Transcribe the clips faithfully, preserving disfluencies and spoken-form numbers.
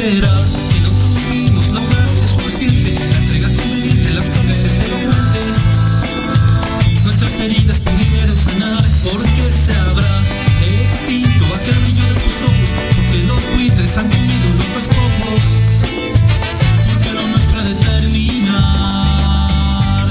será que no tuvimos la audacia suficiente, la entrega conveniente, las cosas elocuentes? Nuestras heridas pudieron sanar, ¿por qué se habrá extinto aquel brillo de tus ojos? Porque los buitres han comido nuestros ojos, porque lo nuestro ha de terminar.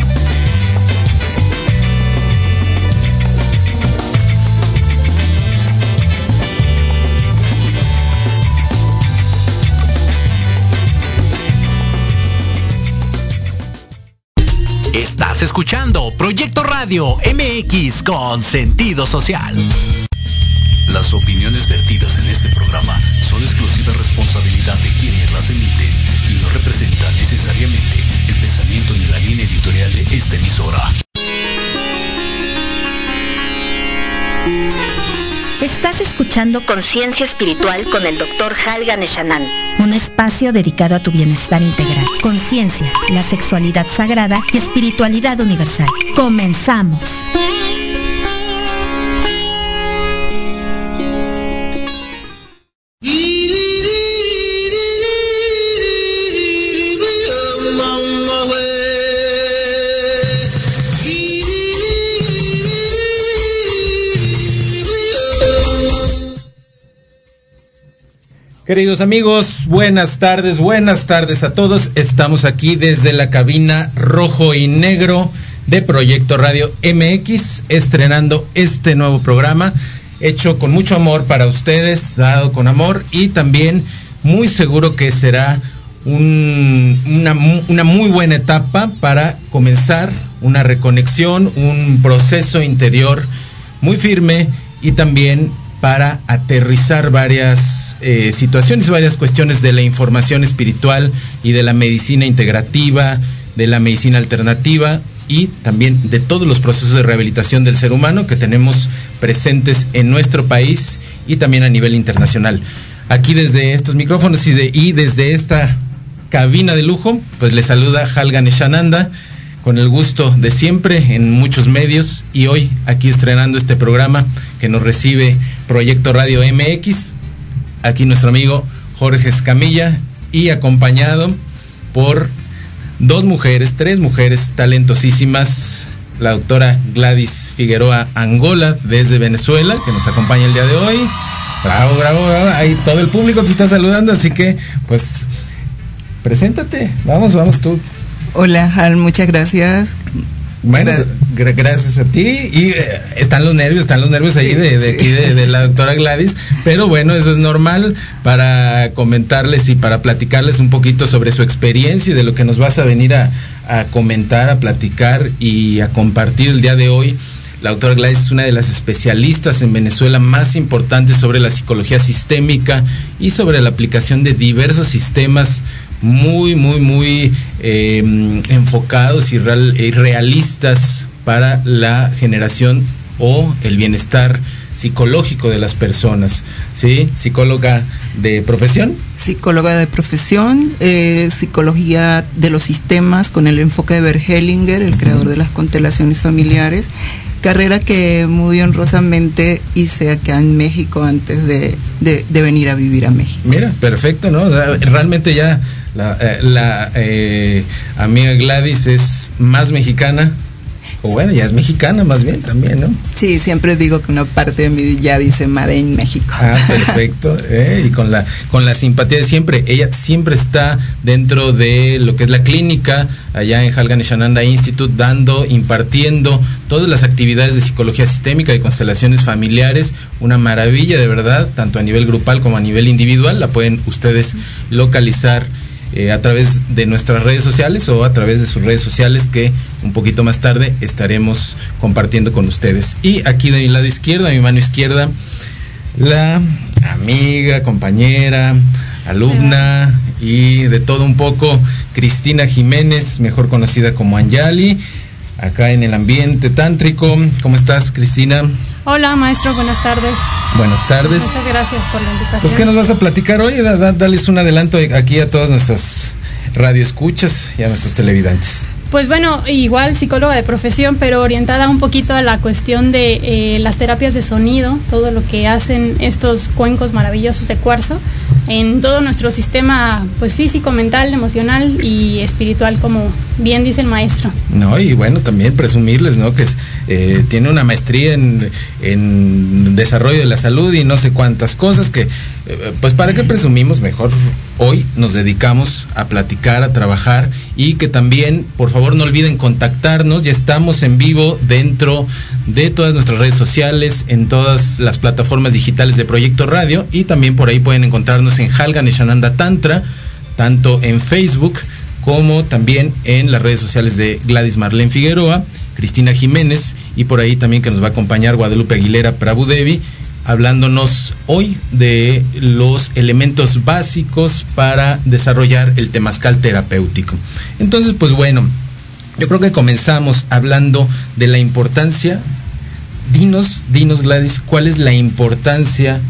Estás escuchando Proyecto Radio M X con sentido social. Las opiniones vertidas en este programa son exclusiva responsabilidad de quienes las emiten y no representan necesariamente el pensamiento ni la línea editorial de esta emisora. Estás escuchando Conciencia Espiritual con el doctor Hal Ganeshanan, un espacio dedicado a tu bienestar integral. Conciencia, la sexualidad sagrada y espiritualidad universal. Comenzamos. Queridos amigos, buenas tardes, buenas tardes a todos. Estamos aquí desde la cabina rojo y negro de Proyecto Radio M X, estrenando este nuevo programa, hecho con mucho amor para ustedes, dado con amor, y también muy seguro que será un, una, una muy buena etapa para comenzar una reconexión, un proceso interior muy firme y también para aterrizar varias eh, situaciones, varias cuestiones de la información espiritual y de la medicina integrativa, de la medicina alternativa y también de todos los procesos de rehabilitación del ser humano que tenemos presentes en nuestro país y también a nivel internacional. Aquí desde estos micrófonos y, de, y desde esta cabina de lujo, pues les saluda Hal Ganeshananda, con el gusto de siempre en muchos medios, y hoy aquí estrenando este programa que nos recibe Proyecto Radio M X, aquí nuestro amigo Jorge Escamilla, y acompañado por dos mujeres, tres mujeres talentosísimas, la doctora Gladys Figueroa Angola desde Venezuela, que nos acompaña el día de hoy. Bravo, bravo, bravo, ahí todo el público te está saludando, así que pues preséntate, vamos, vamos tú. Hola, Hal, muchas gracias. Bueno, gra- gracias a ti. Y eh, están los nervios, están los nervios ahí sí, de, de, sí. aquí de, de la doctora Gladys. Pero bueno, eso es normal para comentarles y para platicarles un poquito sobre su experiencia y de lo que nos vas a venir a, a comentar, a platicar y a compartir el día de hoy. La doctora Gladys es una de las especialistas en Venezuela más importantes sobre la psicología sistémica y sobre la aplicación de diversos sistemas muy, muy, muy eh, enfocados y, real, y realistas para la generación o el bienestar psicológico de las personas, ¿sí? Psicóloga de profesión. Psicóloga de profesión, eh, psicología de los sistemas con el enfoque de Bert Hellinger, el creador de las constelaciones familiares, carrera que muy honrosamente hice acá en México antes de, de, de venir a vivir a México. Mira, perfecto, ¿no? Realmente ya la, eh, la eh, amiga Gladys es más mexicana, o bueno, ya es mexicana más bien también, ¿no? Sí, siempre digo que una parte de mí ya dice Made in México. Ah, perfecto, eh, y con la con la simpatía de siempre. Ella siempre está dentro de lo que es la clínica allá en Hal Ganeshananda Institute, dando, impartiendo todas las actividades de psicología sistémica y constelaciones familiares. Una maravilla, de verdad, tanto a nivel grupal como a nivel individual. La pueden ustedes localizar Eh, a través de nuestras redes sociales o a través de sus redes sociales, que un poquito más tarde estaremos compartiendo con ustedes. Y aquí de mi lado izquierdo, a mi mano izquierda, la amiga, compañera, alumna y de todo un poco, Cristina Jiménez, mejor conocida como Anjali, acá en el ambiente tántrico. ¿Cómo estás, Cristina? Hola, maestro, buenas tardes. Buenas tardes. Muchas gracias por la invitación. Pues, ¿qué nos vas a platicar hoy? Da, da, dales un adelanto aquí a todas nuestras radioescuchas y a nuestros televidentes. Pues bueno, igual psicóloga de profesión, pero orientada un poquito a la cuestión de eh, las terapias de sonido, todo lo que hacen estos cuencos maravillosos de cuarzo en todo nuestro sistema, pues físico, mental, emocional y espiritual, como bien dice el maestro. No, y bueno, también presumirles, ¿no? Que eh, tiene una maestría en, en desarrollo de la salud y no sé cuántas cosas que, eh, pues para qué presumimos, mejor hoy nos dedicamos a platicar, a trabajar, y que también, por favor, no olviden contactarnos. Ya estamos en vivo dentro de todas nuestras redes sociales, en todas las plataformas digitales de Proyecto Radio, y también por ahí pueden encontrarnos en Halganeshananda Tantra, tanto en Facebook como también en las redes sociales de Gladys Marlene Figueroa, Cristina Jiménez, y por ahí también que nos va a acompañar Guadalupe Aguilera Prabhudevi, hablándonos hoy de los elementos básicos para desarrollar el temazcal terapéutico. Entonces, pues bueno, yo creo que comenzamos hablando de la importancia. Dinos, dinos Gladys, ¿cuál es la importancia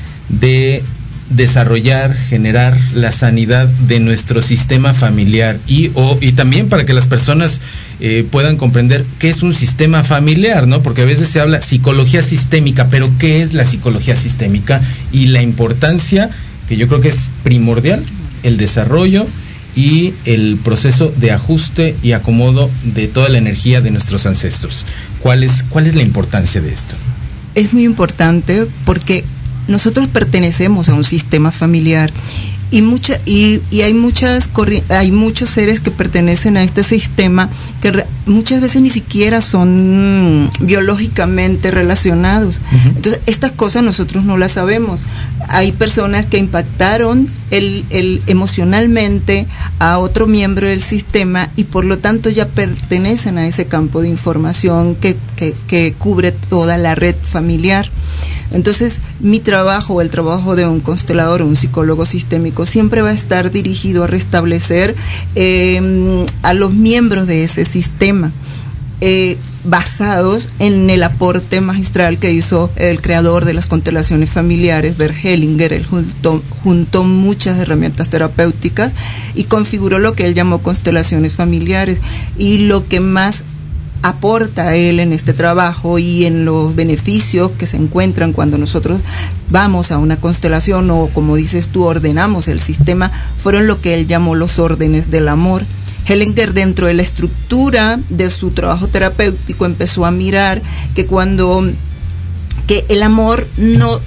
de desarrollar, generar la sanidad de nuestro sistema familiar? Y, o, y también para que las personas eh, puedan comprender qué es un sistema familiar, ¿no? Porque a veces se habla psicología sistémica, pero ¿qué es la psicología sistémica? Y la importancia, que yo creo que es primordial, el desarrollo y el proceso de ajuste y acomodo de toda la energía de nuestros ancestros. ¿Cuál es, cuál es la importancia de esto? Es muy importante porque nosotros pertenecemos a un sistema familiar y mucha y, y hay muchas hay muchos seres que pertenecen a este sistema que re, muchas veces ni siquiera son biológicamente relacionados. Uh-huh. Entonces estas cosas nosotros no las sabemos. Hay personas que impactaron el, el emocionalmente a otro miembro del sistema y por lo tanto ya pertenecen a ese campo de información que, que, que cubre toda la red familiar. Entonces, mi trabajo, el trabajo de un constelador o un psicólogo sistémico, siempre va a estar dirigido a restablecer eh, a los miembros de ese sistema, eh, basados en el aporte magistral que hizo el creador de las constelaciones familiares, Bert Hellinger. Él juntó, juntó muchas herramientas terapéuticas y configuró lo que él llamó constelaciones familiares. Y lo que más aporta él en este trabajo y en los beneficios que se encuentran cuando nosotros vamos a una constelación o, como dices tú, ordenamos el sistema, fueron lo que él llamó los órdenes del amor. Hellinger, dentro de la estructura de su trabajo terapéutico, empezó a mirar que cuando que el amor no,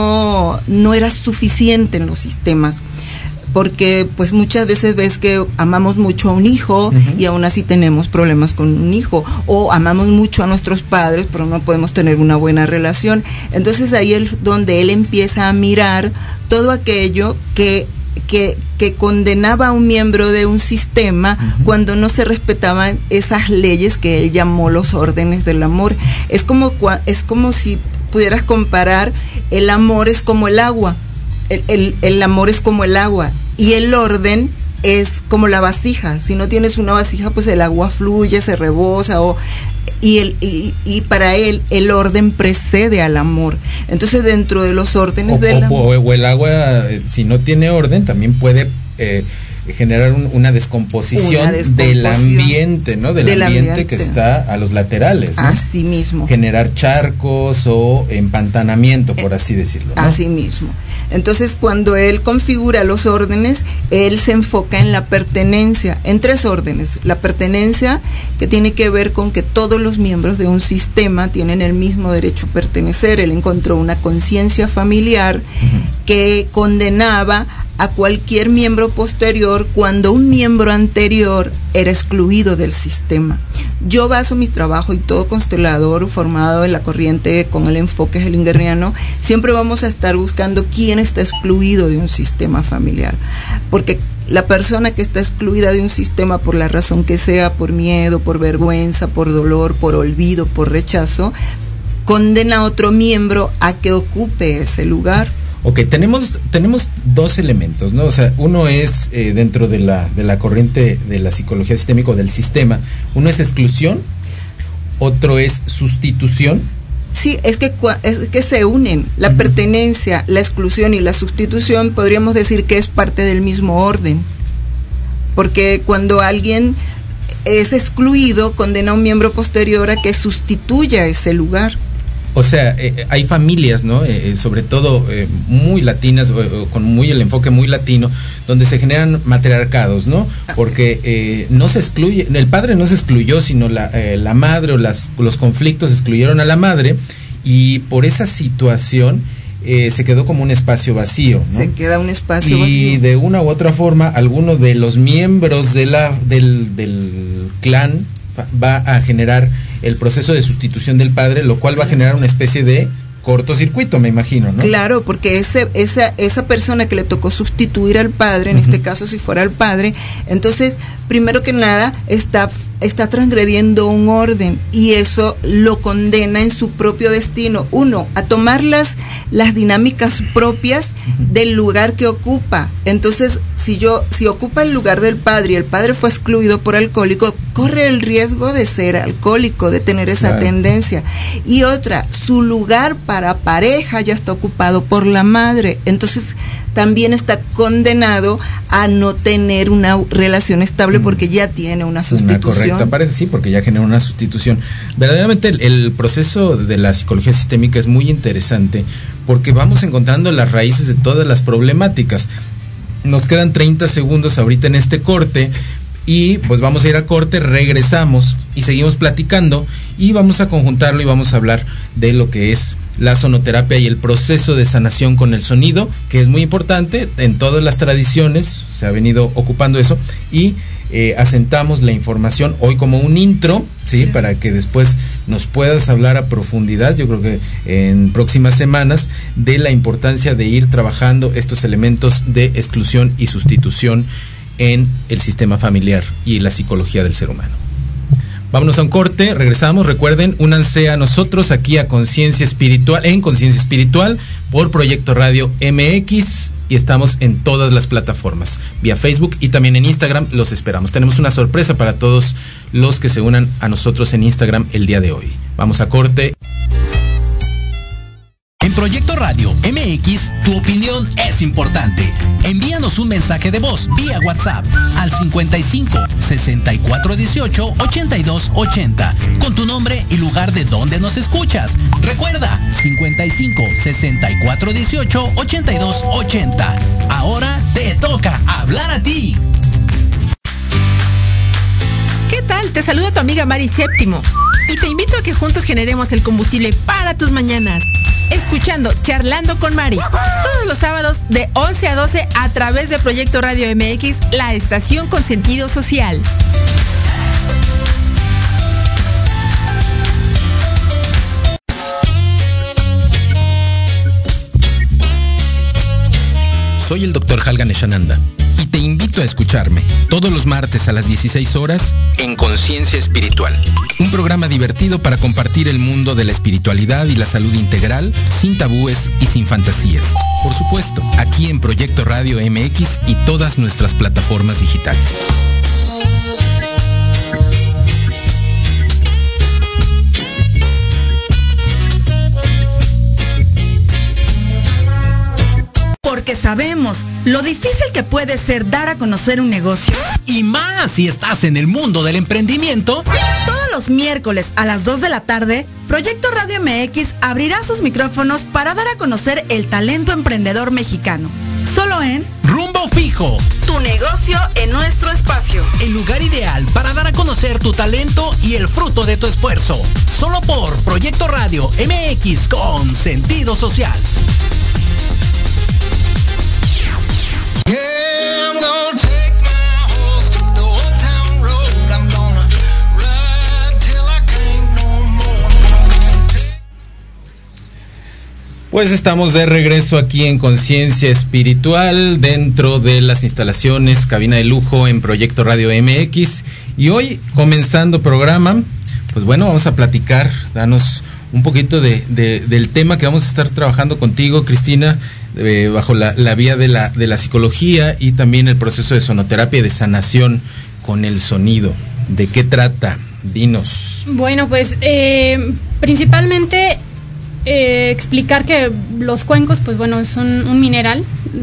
no, no era suficiente en los sistemas, porque pues muchas veces ves que amamos mucho a un hijo, uh-huh, y aún así tenemos problemas con un hijo, o amamos mucho a nuestros padres pero no podemos tener una buena relación. Entonces ahí es donde él empieza a mirar todo aquello que que, que condenaba a un miembro de un sistema, uh-huh, cuando no se respetaban esas leyes que él llamó los órdenes del amor. Es como, es como si pudieras comparar, el amor es como el agua. El, el, el amor es como el agua y el orden es como la vasija. Si no tienes una vasija, pues el agua fluye, se rebosa, o, y, el, y, y para él el orden precede al amor. Entonces, dentro de los órdenes o, del o, amor, o el agua, si no tiene orden, también puede eh, generar un, una, descomposición una descomposición del ambiente, ¿no? Del, del ambiente, ambiente que está a los laterales, ¿no? Así mismo. Generar charcos o empantanamiento, por así decirlo, ¿no? Así mismo. Entonces, cuando él configura los órdenes, él se enfoca en la pertenencia, en tres órdenes. La pertenencia, que tiene que ver con que todos los miembros de un sistema tienen el mismo derecho a pertenecer. Él encontró una conciencia familiar, uh-huh, que condenaba a cualquier miembro posterior cuando un miembro anterior era excluido del sistema. Yo baso mi trabajo, y todo constelador formado en la corriente con el enfoque hellingeriano, siempre vamos a estar buscando quién está excluido de un sistema familiar, porque la persona que está excluida de un sistema, por la razón que sea, por miedo, por vergüenza, por dolor, por olvido, por rechazo, condena a otro miembro a que ocupe ese lugar. Ok, tenemos, tenemos dos elementos, ¿no? O sea, uno es eh, dentro de la, de la corriente de la psicología sistémica, del sistema, uno es exclusión, otro es sustitución. Sí, es que, es que se unen. La, uh-huh, pertenencia, la exclusión y la sustitución, podríamos decir que es parte del mismo orden. Porque cuando alguien es excluido, condena a un miembro posterior a que sustituya ese lugar. O sea, eh, hay familias, ¿no? Eh, sobre todo eh, muy latinas, eh, con muy el enfoque muy latino, donde se generan matriarcados, ¿no? Porque eh, no se excluye, el padre no se excluyó, sino la, eh, la madre o las, los conflictos excluyeron a la madre, y por esa situación eh, se quedó como un espacio vacío, ¿no? Se queda un espacio y vacío. Y de una u otra forma, alguno de los miembros de la, del, del clan va a generar el proceso de sustitución del padre, lo cual va a generar una especie de cortocircuito, me imagino, ¿no? Claro, porque ese, esa, esa persona que le tocó sustituir al padre, en uh-huh. este caso si fuera el padre, entonces, primero que nada, está, está transgrediendo un orden, y eso lo condena en su propio destino. Uno, a tomar las, las dinámicas propias uh-huh. del lugar que ocupa. Entonces, si yo, si ocupa el lugar del padre y el padre fue excluido por alcohólico, corre el riesgo de ser alcohólico, de tener esa claro. tendencia. Y otra, su lugar para pareja ya está ocupado por la madre, entonces también está condenado a no tener una relación estable porque ya tiene una sustitución. Una correcta pareja, sí, porque ya genera una sustitución. Verdaderamente el, el proceso de la psicología sistémica es muy interesante porque vamos encontrando las raíces de todas las problemáticas. Nos quedan treinta segundos ahorita en este corte y pues vamos a ir a corte, regresamos y seguimos platicando y vamos a conjuntarlo y vamos a hablar de lo que es la sonoterapia y el proceso de sanación con el sonido, que es muy importante en todas las tradiciones, se ha venido ocupando eso, y eh, asentamos la información hoy como un intro, ¿sí? Sí. Para que después nos puedas hablar a profundidad, yo creo que en próximas semanas, de la importancia de ir trabajando estos elementos de exclusión y sustitución en el sistema familiar y la psicología del ser humano. Vámonos a un corte, regresamos, recuerden, únanse a nosotros aquí a Conciencia Espiritual, en Conciencia Espiritual, por Proyecto Radio M X, y estamos en todas las plataformas, vía Facebook y también en Instagram, los esperamos. Tenemos una sorpresa para todos los que se unan a nosotros en Instagram el día de hoy. Vamos a corte. En Proyecto Radio M X, tu opinión es importante. Envíanos un mensaje de voz vía WhatsApp al cincuenta y cinco, sesenta y cuatro dieciocho, ochenta y dos ochenta con tu nombre y lugar de donde nos escuchas. Recuerda, cincuenta y cinco, sesenta y cuatro dieciocho, ochenta y dos ochenta. Ahora te toca hablar a ti. ¿Qué tal? Te saluda tu amiga Mari Séptimo y te invito a que juntos generemos el combustible para tus mañanas, escuchando Charlando con Mari, todos los sábados de once a doce a través de Proyecto Radio M X, la estación con sentido social. Soy el doctor Halgan Eshananda y te invito a escucharme todos los martes a las dieciséis horas en Conciencia Espiritual, un programa divertido para compartir el mundo de la espiritualidad y la salud integral sin tabúes y sin fantasías. Por supuesto, aquí en Proyecto Radio M X y todas nuestras plataformas digitales. Porque sabemos lo difícil que puede ser dar a conocer un negocio. Y más si estás en el mundo del emprendimiento. Todos los miércoles a las dos de la tarde, Proyecto Radio M X abrirá sus micrófonos para dar a conocer el talento emprendedor mexicano. Solo en Rumbo Fijo. Tu negocio en nuestro espacio. El lugar ideal para dar a conocer tu talento y el fruto de tu esfuerzo. Solo por Proyecto Radio M X con sentido social. Yeah, I'm gonna take my horse to the old town road. I'm gonna ride till I can't no more. Pues estamos de regreso aquí en Conciencia Espiritual, dentro de las instalaciones Cabina de Lujo en Proyecto Radio M X. Y hoy, comenzando programa, pues bueno, vamos a platicar, danos un poquito de, de, del tema que vamos a estar trabajando contigo, Cristina, eh, bajo la, la vía de la, de la psicología y también el proceso de sonoterapia y de sanación con el sonido. ¿De qué trata? Dinos. Bueno, pues eh, principalmente eh, explicar que los cuencos, pues bueno, son un mineral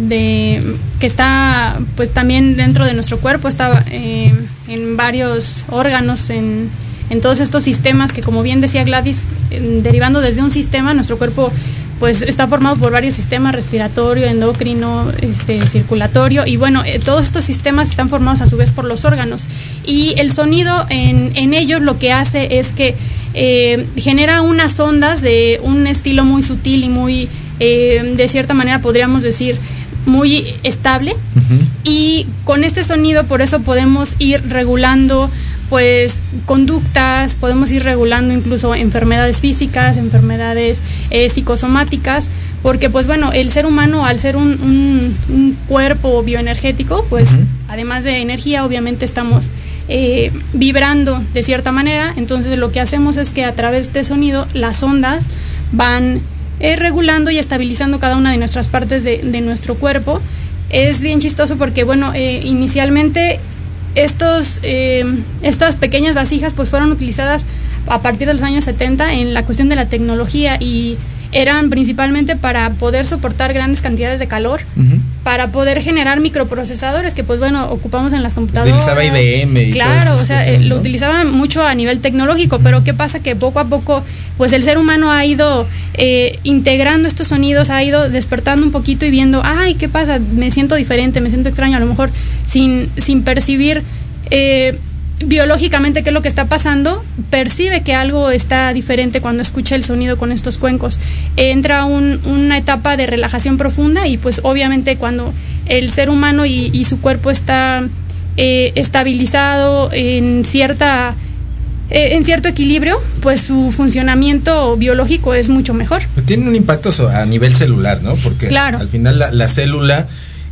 de que está pues también dentro de nuestro cuerpo, está eh, en varios órganos, en, en todos estos sistemas que, como bien decía Gladys, eh, derivando desde un sistema, nuestro cuerpo pues está formado por varios sistemas: respiratorio, endocrino, este, circulatorio, y bueno, eh, todos estos sistemas están formados a su vez por los órganos, y el sonido en, en ellos lo que hace es que eh, genera unas ondas de un estilo muy sutil y muy, eh, de cierta manera podríamos decir, muy estable, uh-huh. Y con este sonido por eso podemos ir regulando pues conductas, podemos ir regulando incluso enfermedades físicas, enfermedades eh, psicosomáticas, porque pues bueno, el ser humano, al ser un, un, un cuerpo bioenergético, pues uh-huh. además de energía, obviamente estamos eh, vibrando de cierta manera. Entonces lo que hacemos es que a través de sonido las ondas van eh, regulando y estabilizando cada una de nuestras partes de, de nuestro cuerpo. Es bien chistoso porque bueno, eh, inicialmente Estos, eh, estas pequeñas vasijas pues fueron utilizadas a partir de los años setenta en la cuestión de la tecnología, y eran principalmente para poder soportar grandes cantidades de calor, uh-huh. para poder generar microprocesadores que pues bueno ocupamos en las computadoras. Utilizaba I B M y claro, todas o sea, cosas, eh, ¿no? Lo utilizaban mucho a nivel tecnológico, uh-huh. pero ¿qué pasa? Que poco a poco pues el ser humano ha ido eh, integrando estos sonidos, ha ido despertando un poquito y viendo, ay, ¿qué pasa? Me siento diferente, me siento extraño, a lo mejor sin, sin percibir eh, biológicamente qué es lo que está pasando, percibe que algo está diferente cuando escucha el sonido con estos cuencos. Entra un, una etapa de relajación profunda, y pues obviamente cuando el ser humano y, y su cuerpo está eh, estabilizado en cierta eh, en cierto equilibrio, pues su funcionamiento biológico es mucho mejor. Tiene un impacto a nivel celular, ¿no? Porque claro. al final la, la célula,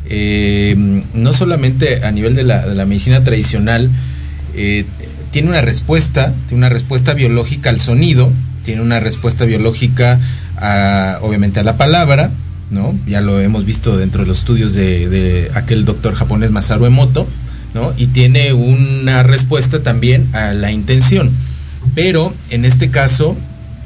eh, no solamente a nivel de la, de la medicina tradicional, Eh, tiene una respuesta, tiene una respuesta biológica al sonido, tiene una respuesta biológica a, obviamente a la palabra, ¿no? Ya lo hemos visto dentro de los estudios de, de aquel doctor japonés Masaru Emoto, ¿no? Y tiene una respuesta también a la intención. Pero en este caso,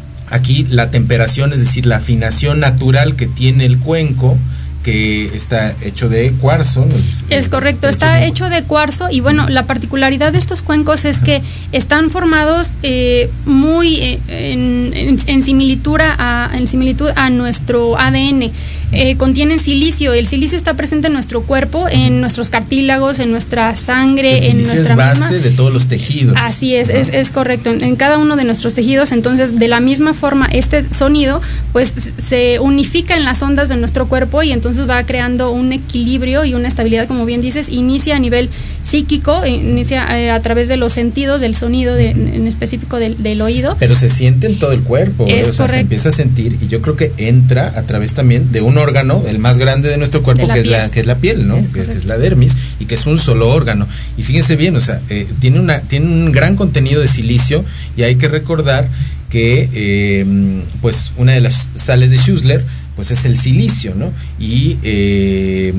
aquí la temperación, es decir, la afinación natural que tiene el cuenco, que está hecho de cuarzo, ¿no? Es correcto, está hecho de cuarzo, y bueno, la particularidad de estos cuencos es que están formados eh, muy eh, en, en, en similitud a en similitud a nuestro A D N. Eh, contienen silicio. El silicio está presente en nuestro cuerpo, en nuestros cartílagos, en nuestra sangre, el en nuestra es base misma... de todos los tejidos. Así es, ¿no? es, es correcto, en, en cada uno de nuestros tejidos. Entonces, de la misma forma, este sonido pues se unifica en las ondas de nuestro cuerpo, y entonces va creando un equilibrio y una estabilidad, como bien dices. Inicia a nivel psíquico, inicia eh, a través de los sentidos, del sonido, de, en específico del, del oído. Pero se siente en todo el cuerpo, es o sea, correcto. Se empieza a sentir, y yo creo que entra a través también de un órgano, el más grande de nuestro cuerpo, que es, la, que es la piel, ¿no? Es que, que es la dermis, y que es un solo órgano. Y fíjense bien, o sea, eh, tiene una tiene un gran contenido de silicio, y hay que recordar que eh, pues una de las sales de Schussler pues es el silicio, ¿no? Y eh,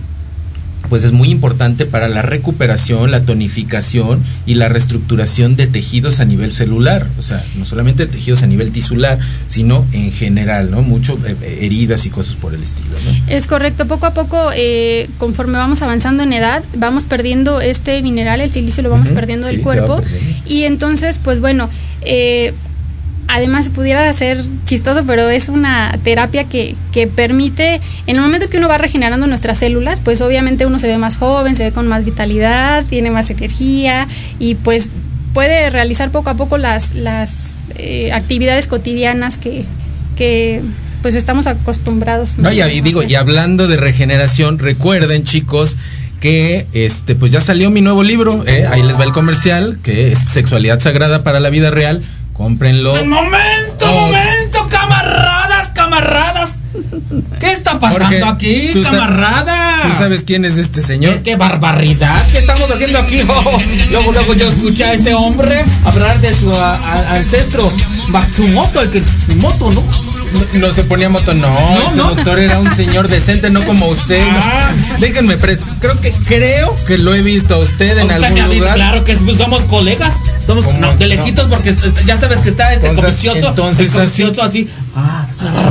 pues es muy importante para la recuperación, la tonificación y la reestructuración de tejidos a nivel celular, o sea, no solamente tejidos a nivel tisular, sino en general, ¿no? Mucho eh, heridas y cosas por el estilo, ¿no? Es correcto, poco a poco, eh, conforme vamos avanzando en edad, vamos perdiendo este mineral, el silicio lo vamos uh-huh, perdiendo del sí, cuerpo, y entonces, pues bueno, eh, además pudiera ser chistoso, pero es una terapia que, que permite, en el momento que uno va regenerando nuestras células, pues obviamente uno se ve más joven, se ve con más vitalidad, tiene más energía, y pues puede realizar poco a poco las, las eh, actividades cotidianas que, que pues estamos acostumbrados. No, ya, y digo, y hablando de regeneración, recuerden, chicos, que este pues ya salió mi nuevo libro, eh, ahí les va el comercial, que es Sexualidad Sagrada para la Vida Real. Cómprenlo. ¡Momento, oh. momento, camaradas, camaradas! ¿Qué está pasando Jorge, aquí, ¿tú camaradas? ¿Tú sabes quién es este señor? ¿Qué, qué barbaridad? ¿Qué estamos haciendo aquí? Oh, luego, luego yo escuché a este hombre hablar de su a, a, ancestro Matsumoto, el que Moto, ¿no? no, no se ponía moto, no, no este no. doctor era un señor decente, no como usted. Ah. No. Déjenme pres, creo que creo que lo he visto a usted en algún lugar. lugar. Claro que somos colegas, somos no, de lejitos, no. Porque ya sabes que está este entonces, codicioso, entonces, codicioso así. así. Ah,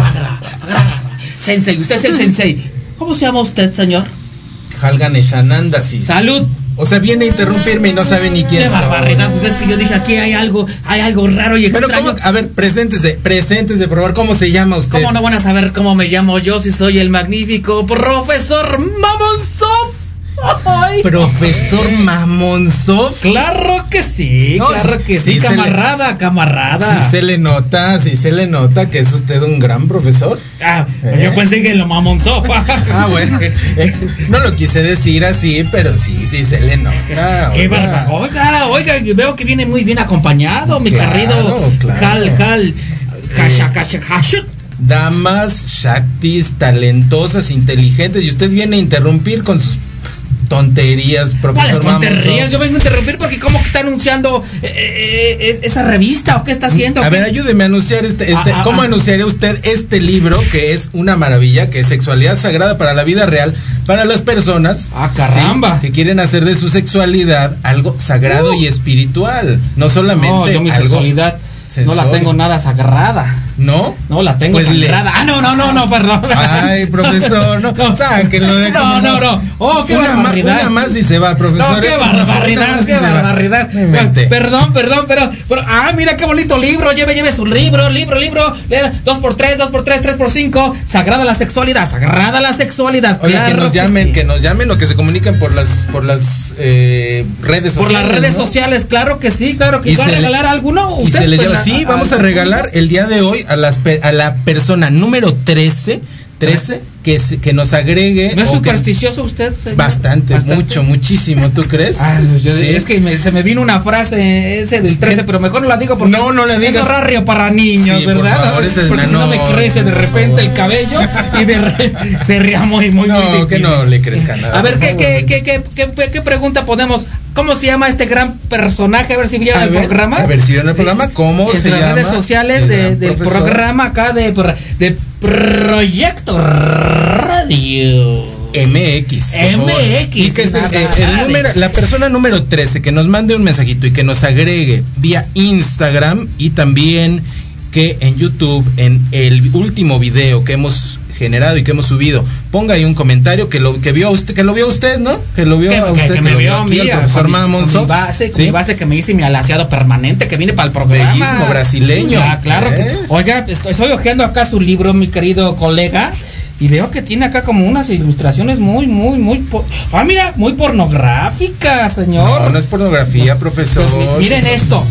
sensei, usted es el sensei. ¿Cómo se llama usted, señor? Halganeshananda, sí. Salud. O sea, viene a interrumpirme y no sabe ni quién. Qué barbaridad, pues es que yo dije aquí hay algo, hay algo raro y extraño. Pero ¿cómo? A ver, preséntese, preséntese, por favor, ¿cómo se llama usted? ¿Cómo no van a saber cómo me llamo yo si soy el magnífico profesor Mamonzov? Ay. Profesor Mamonzov. Claro que sí, no, claro que sí, sí camarada, le, camarada. Sí se le nota, sí se le nota que es usted un gran profesor. Ah, ¿Eh? Yo pensé que lo Mamonzov. Ah, bueno, eh, no lo quise decir así, pero sí, sí se le nota. Qué barba. Oiga, oiga, veo que viene muy bien acompañado, mi claro, querido claro. Hal, Hal, Hasha, Hasha, Hasha. Damas shaktis, talentosas, inteligentes, y usted viene a interrumpir con sus tonterías, profesor. ¿Cuáles tonterías? Yo vengo a interrumpir porque como que está anunciando eh, eh, esa revista o qué está haciendo. A ver, ayúdeme a anunciar este, este ah, ¿cómo ah, anunciaría usted este libro que es una maravilla, que es Sexualidad Sagrada para la Vida Real, para las personas ah, caramba. ¿sí? que quieren hacer de su sexualidad algo sagrado uh. y espiritual, no solamente no, yo mi algo sexualidad sensorio. No la tengo nada sagrada. ¿No? No, la tengo pues sagrada. Le... Ah, no, no, no, no, perdón. Ay, profesor, no, no. sáquenlo de No, no, no. Oh, qué una barbaridad. Ma, una más y se va, profesor. No, qué barbaridad, qué barbaridad. Perdón, perdón, pero, pero, ah, mira qué bonito libro. Lleve, lleve su libro, libro, libro. Dos por tres, dos por tres, tres por cinco. Sagrada la sexualidad, sagrada la sexualidad. Oye, claro que nos llamen, que, sí. que nos llamen o que se comuniquen por las, por las eh, redes sociales. Por las redes ¿no? sociales, claro que sí, claro que sí. ¿Va a regalar le, alguno? Y se les llama, sí, vamos a regalar el día de hoy a las a la persona número trece, trece que, que nos agregue. ¿No es supersticioso que, usted? Bastante, bastante, mucho, muchísimo, ¿tú crees? Ah, yo sí. Es que me, se me vino una frase ese del trece, ¿Qué? Pero mejor no la digo porque no, no la digas. Es horario para niños, sí, ¿verdad? Por favor, ese porque si no me crece de repente el cabello y de re, se ría muy, muy, no, muy difícil. Que no le crezca nada. A ver, ¿qué, qué, qué, qué, qué, qué pregunta podemos? ¿Cómo se llama este gran personaje? A ver si vieron el ver, programa. A ver si vieron el programa, ¿cómo en se llama? En las redes sociales de, del profesor. programa acá de, de Proyecto Radio M X. M X. Y que es el, el, el número, la persona número trece que nos mande un mensajito y que nos agregue vía Instagram y también que en YouTube, en el último video que hemos generado y que hemos subido, ponga ahí un comentario que lo que vio usted, que lo vio usted, ¿no? Que lo vio que, a usted, que, que, que me lo vio vio aquí, el profesor Mamonzov. Mi base, ¿sí? mi base que me hice mi alaciado permanente que viene para el programa. Bellísimo brasileño. Ah, claro. ¿Eh? Que, oiga, estoy, estoy hojeando acá su libro, mi querido colega. Y veo que tiene acá como unas ilustraciones muy, muy, muy... Por... Ah, mira, muy pornográficas, señor. No, no es pornografía, profesor. Pues, miren señor. esto.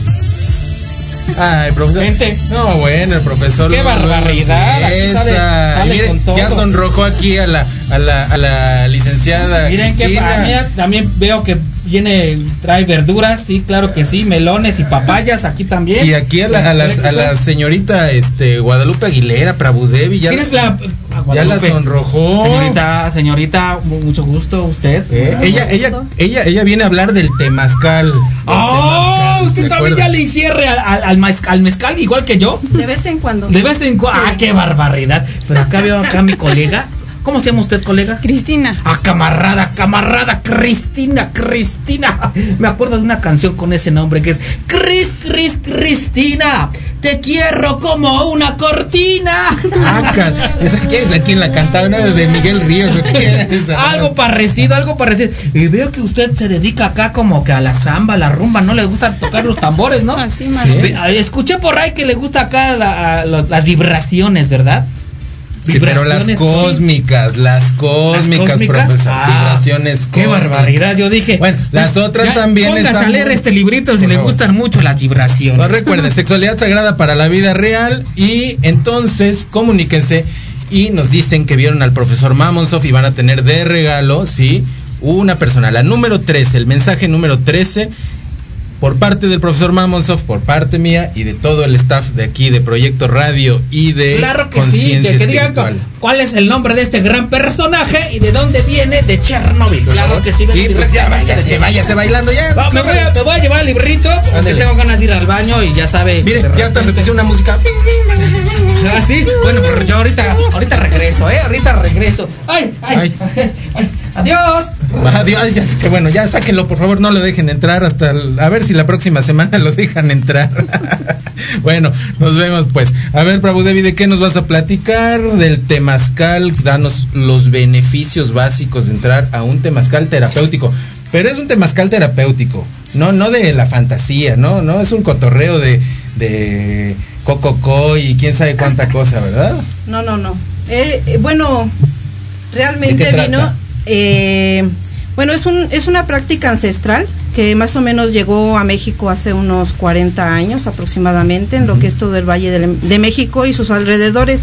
Ay, profesor. Gente. No, bueno, el profesor. Qué barbaridad. Aquí sale, sale miren, con todo. Ya sonrojó aquí a la, a la, a la licenciada. Miren que mira, también veo que viene, trae verduras, sí, claro que sí, melones y papayas aquí también. Y aquí a la, a la, a la señorita este Guadalupe Aguilera, Prabudevi, ya, ¿Quién es la, ya la sonrojó. Señorita, señorita, mucho gusto, usted. Eh, ella, ella, ella, ella viene a hablar del temazcal. ¡Oh! Temazcal, usted también ya le ingiere al, al, al, mezcal, al mezcal igual que yo. De vez en cuando. De vez en cuando. Sí. ¡Ah, qué barbaridad! Pero acá veo acá a mi colega. ¿Cómo se llama usted, colega? Cristina. Ah, camarada, camarada, Cristina, Cristina. Me acuerdo de una canción con ese nombre que es Cris, Cris, Cristina. Te quiero como una cortina. Ah, ¿qué es? ¿Quién la cantaba? Una de Miguel Ríos. Algo parecido, algo parecido. Y veo que usted se dedica acá como que a la samba, a la rumba. No le gusta tocar los tambores, ¿no? Así, ¿sí? Escuché por ahí que le gusta acá la, la, las vibraciones, ¿verdad? Sí, pero las cósmicas, las cósmicas, ¿Las cósmicas? profesor. Ah, vibraciones qué cósmicas. Barbaridad, yo dije. Bueno, las pues, otras también póngase están. Póngase a leer este librito si le gustan mucho las vibraciones. No recuerden, Sexualidad Sagrada para la Vida Real. Y entonces, comuníquense y nos dicen que vieron al profesor Mamonzov y van a tener de regalo, sí, una persona. La número trece, el mensaje número trece. Por parte del profesor Mamonzov, por parte mía y de todo el staff de aquí de Proyecto Radio y de Claro que sí, que, que digan cuál es el nombre de este gran personaje y de dónde viene de Chernobyl. Claro que sí. Sí, pues ya váyase, váyase bailando ya. No, me, voy a, me voy a llevar el librito porque tengo ganas de ir al baño y ya sabe. Mire, ya hasta me puse una música. ¿Ah, sí? Bueno, pero yo ahorita, ahorita regreso, ¿eh? Ahorita regreso. ¡Ay, ay! ay, ay ¡Adiós! Adiós, ya, que bueno, ya sáquenlo, por favor, no lo dejen entrar hasta el, a ver si la próxima semana lo dejan entrar. Bueno, nos vemos pues. A ver, Prabhu Devi, ¿de qué nos vas a platicar? Del temazcal, danos los beneficios básicos de entrar a un temazcal terapéutico. Pero es un temazcal terapéutico, no, no de la fantasía, no, no, es un cotorreo de, de cococó y quién sabe cuánta cosa, ¿verdad? No, no, no. Eh, bueno, realmente vino... Eh, bueno, es, un, es una práctica ancestral que más o menos llegó a México hace unos cuarenta años aproximadamente, en lo que es todo el Valle de, de México y sus alrededores.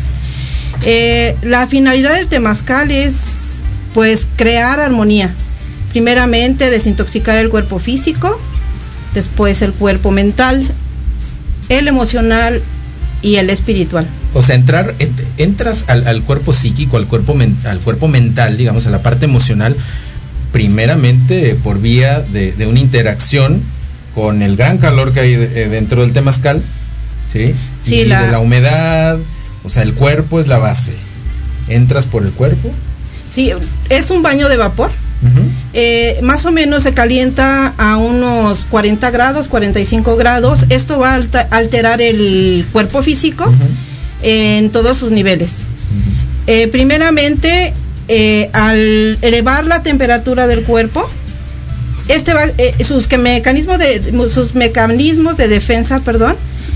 Eh, la finalidad del temazcal es, pues, crear armonía. Primeramente, desintoxicar el cuerpo físico, después el cuerpo mental, el emocional y el espiritual. O sea, entrar, ent, entras al, al cuerpo psíquico, al cuerpo, men, al cuerpo mental, digamos, a la parte emocional, primeramente por vía de, de una interacción con el gran calor que hay de, dentro del temazcal, ¿sí? Sí, y la... de la humedad, o sea, el cuerpo es la base. ¿Entras por el cuerpo? Sí, es un baño de vapor. Uh-huh. Eh, más o menos se calienta a unos cuarenta grados, cuarenta y cinco grados. Esto va a alta, alterar el cuerpo físico. Uh-huh. En todos sus niveles. Uh-huh. Eh, primeramente, eh, al elevar la temperatura del cuerpo, este va, eh, sus que mecanismos de sus mecanismos de defensa, perdón,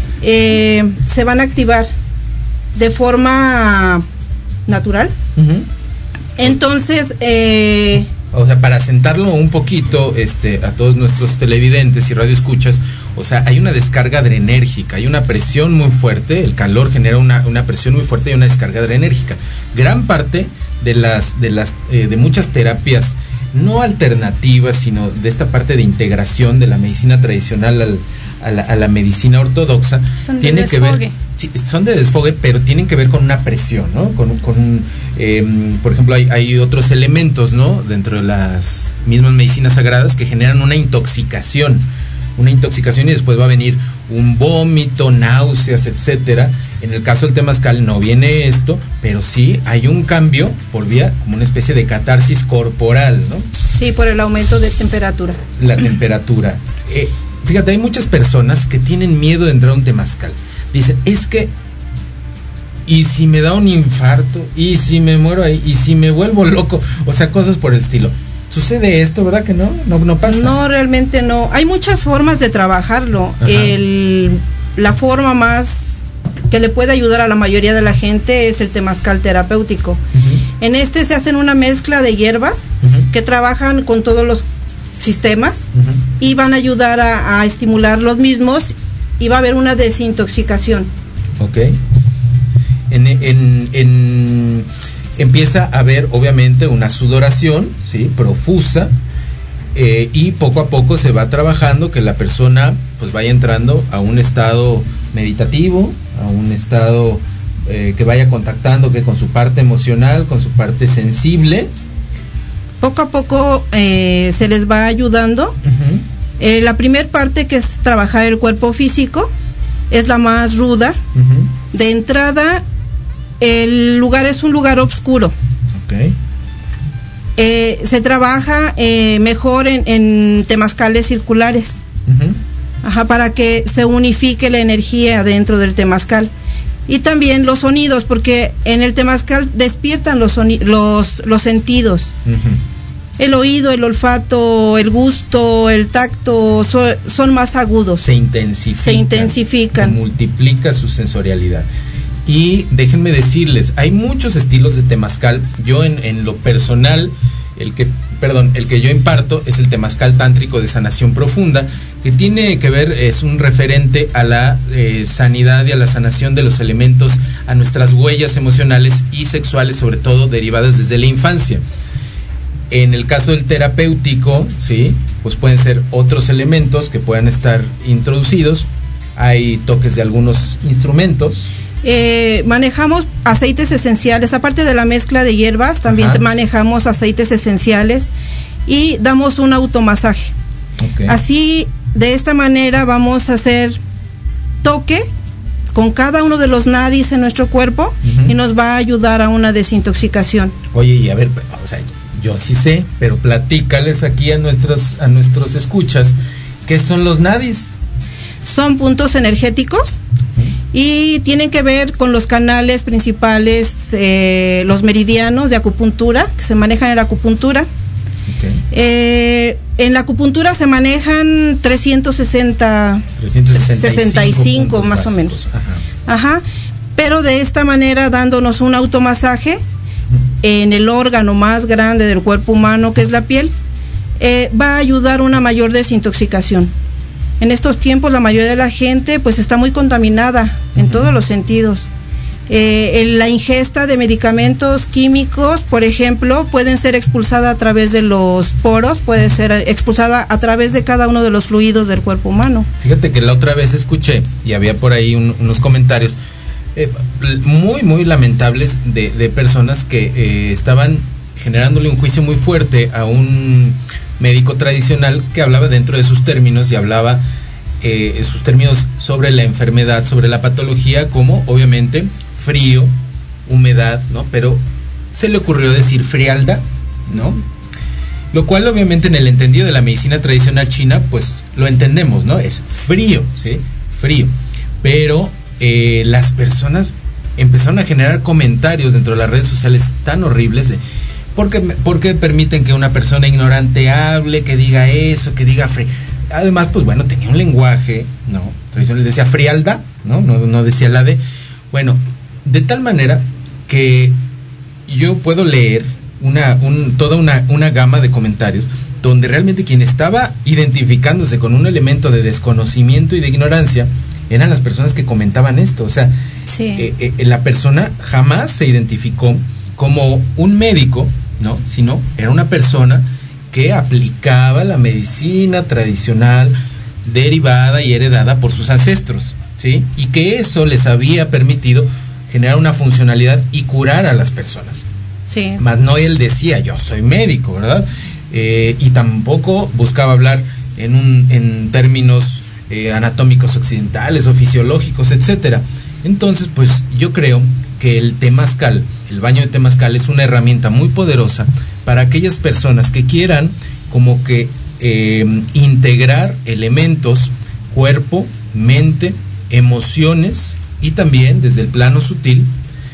eh, se van a activar de forma natural. Uh-huh. Entonces, eh, o sea, para sentarlo un poquito, este, a todos nuestros televidentes y radioescuchas, o sea, hay una descarga adrenérgica, hay una presión muy fuerte, el calor genera una, una presión muy fuerte y una descarga adrenérgica. Gran parte de las, de las, eh, de muchas terapias, no alternativas, sino de esta parte de integración de la medicina tradicional al, a, la, a la medicina ortodoxa, son tiene de que ver, sí, son de desfogue, pero tienen que ver con una presión, ¿no? Con, con eh, por ejemplo, hay, hay otros elementos, ¿no? Dentro de las mismas medicinas sagradas que generan una intoxicación, una intoxicación y después va a venir un vómito, náuseas, etcétera. En el caso del temazcal no viene esto, pero sí hay un cambio por vía como una especie de catarsis corporal, ¿no? Sí, por el aumento de temperatura. La temperatura. Eh, fíjate, hay muchas personas que tienen miedo de entrar a un temazcal. Dicen, es que, ¿y si me da un infarto? ¿Y si me muero ahí? ¿Y si me vuelvo loco? O sea, cosas por el estilo. ¿Sucede esto, verdad que no? No, no pasa. No, realmente no. Hay muchas formas de trabajarlo. El, la forma más que le puede ayudar a la mayoría de la gente es el temazcal terapéutico. Uh-huh. En este se hacen una mezcla de hierbas uh-huh. que trabajan con todos los sistemas uh-huh. y van a ayudar a, a estimular los mismos y va a haber una desintoxicación. Ok. En... en, en... empieza a haber obviamente una sudoración, ¿sí? Profusa, eh, y poco a poco se va trabajando que la persona pues vaya entrando a un estado meditativo, a un estado eh, que vaya contactando que con su parte emocional, con su parte sensible. Poco a poco eh, se les va ayudando. Uh-huh. Eh, la primer parte, que es trabajar el cuerpo físico, es la más ruda. Uh-huh. De entrada, el lugar es un lugar oscuro. Okay. Eh, se trabaja eh, mejor en, en temazcales circulares. Uh-huh. Ajá, para que se unifique la energía dentro del temazcal. Y también los sonidos, porque en el temazcal despiertan los, soni- los, los sentidos. Uh-huh. El oído, el olfato, el gusto, el tacto so, son más agudos. Se intensifican. Se intensifican. Se multiplica su sensorialidad. Y déjenme decirles, hay muchos estilos de temazcal. Yo en, en lo personal, el que, perdón, el que yo imparto es el temazcal tántrico de sanación profunda, que tiene que ver, es un referente a la eh, sanidad y a la sanación de los elementos, a nuestras huellas emocionales y sexuales, sobre todo derivadas desde la infancia. En el caso del terapéutico, sí, pues pueden ser otros elementos que puedan estar introducidos. Hay toques de algunos instrumentos. Eh, manejamos aceites esenciales, aparte de la mezcla de hierbas, también Ajá. manejamos aceites esenciales y damos un automasaje. Okay. Así, de esta manera vamos a hacer toque con cada uno de los nadis en nuestro cuerpo uh-huh. y nos va a ayudar a una desintoxicación. Oye, y a ver, o sea, yo sí sé, pero platícales aquí a nuestros, a nuestros escuchas, ¿qué son los nadis? Son puntos energéticos uh-huh. y tienen que ver con los canales principales, eh, los meridianos de acupuntura, que se manejan en la acupuntura. Okay. Eh, en la acupuntura se manejan trescientos sesenta, trescientos sesenta y cinco más básicos. O menos. Ajá. Ajá. Pero de esta manera dándonos un automasaje en el órgano más grande del cuerpo humano, que es la piel, eh, va a ayudar a una mayor desintoxicación. En estos tiempos la mayoría de la gente pues está muy contaminada uh-huh. en todos los sentidos. Eh, en la ingesta de medicamentos químicos, por ejemplo, pueden ser expulsada a través de los poros, puede ser expulsada a través de cada uno de los fluidos del cuerpo humano. Fíjate que la otra vez escuché y había por ahí un, unos comentarios eh, muy, muy lamentables de, de personas que eh, estaban generándole un juicio muy fuerte a un médico tradicional que hablaba dentro de sus términos y hablaba eh, sus términos sobre la enfermedad, sobre la patología, como obviamente frío, humedad, ¿no? Pero se le ocurrió decir frialdad, ¿no? Lo cual obviamente en el entendido de la medicina tradicional china, pues lo entendemos, ¿no? Es frío, ¿sí? Frío. Pero eh, las personas empezaron a generar comentarios dentro de las redes sociales tan horribles de ¿por qué, por qué permiten que una persona ignorante hable, que diga eso, que diga frío? Además, pues bueno, tenía un lenguaje, ¿no? Tradicional, decía frialdad, ¿no? No, no decía la de... Bueno, de tal manera que yo puedo leer una, un, toda una, una gama de comentarios donde realmente quien estaba identificándose con un elemento de desconocimiento y de ignorancia eran las personas que comentaban esto. O sea, sí. eh, eh, la persona jamás se identificó como un médico, ¿no? Sino era una persona que aplicaba la medicina tradicional derivada y heredada por sus ancestros, ¿sí? Y que eso les había permitido generar una funcionalidad y curar a las personas. Sí. Más no él decía, yo soy médico, ¿verdad? Eh, y tampoco buscaba hablar en, un, en términos eh, anatómicos occidentales o fisiológicos, etcétera. Entonces, pues yo creo que el temazcal, el baño de temazcal, es una herramienta muy poderosa para aquellas personas que quieran como que eh, integrar elementos, cuerpo, mente, emociones, y también desde el plano sutil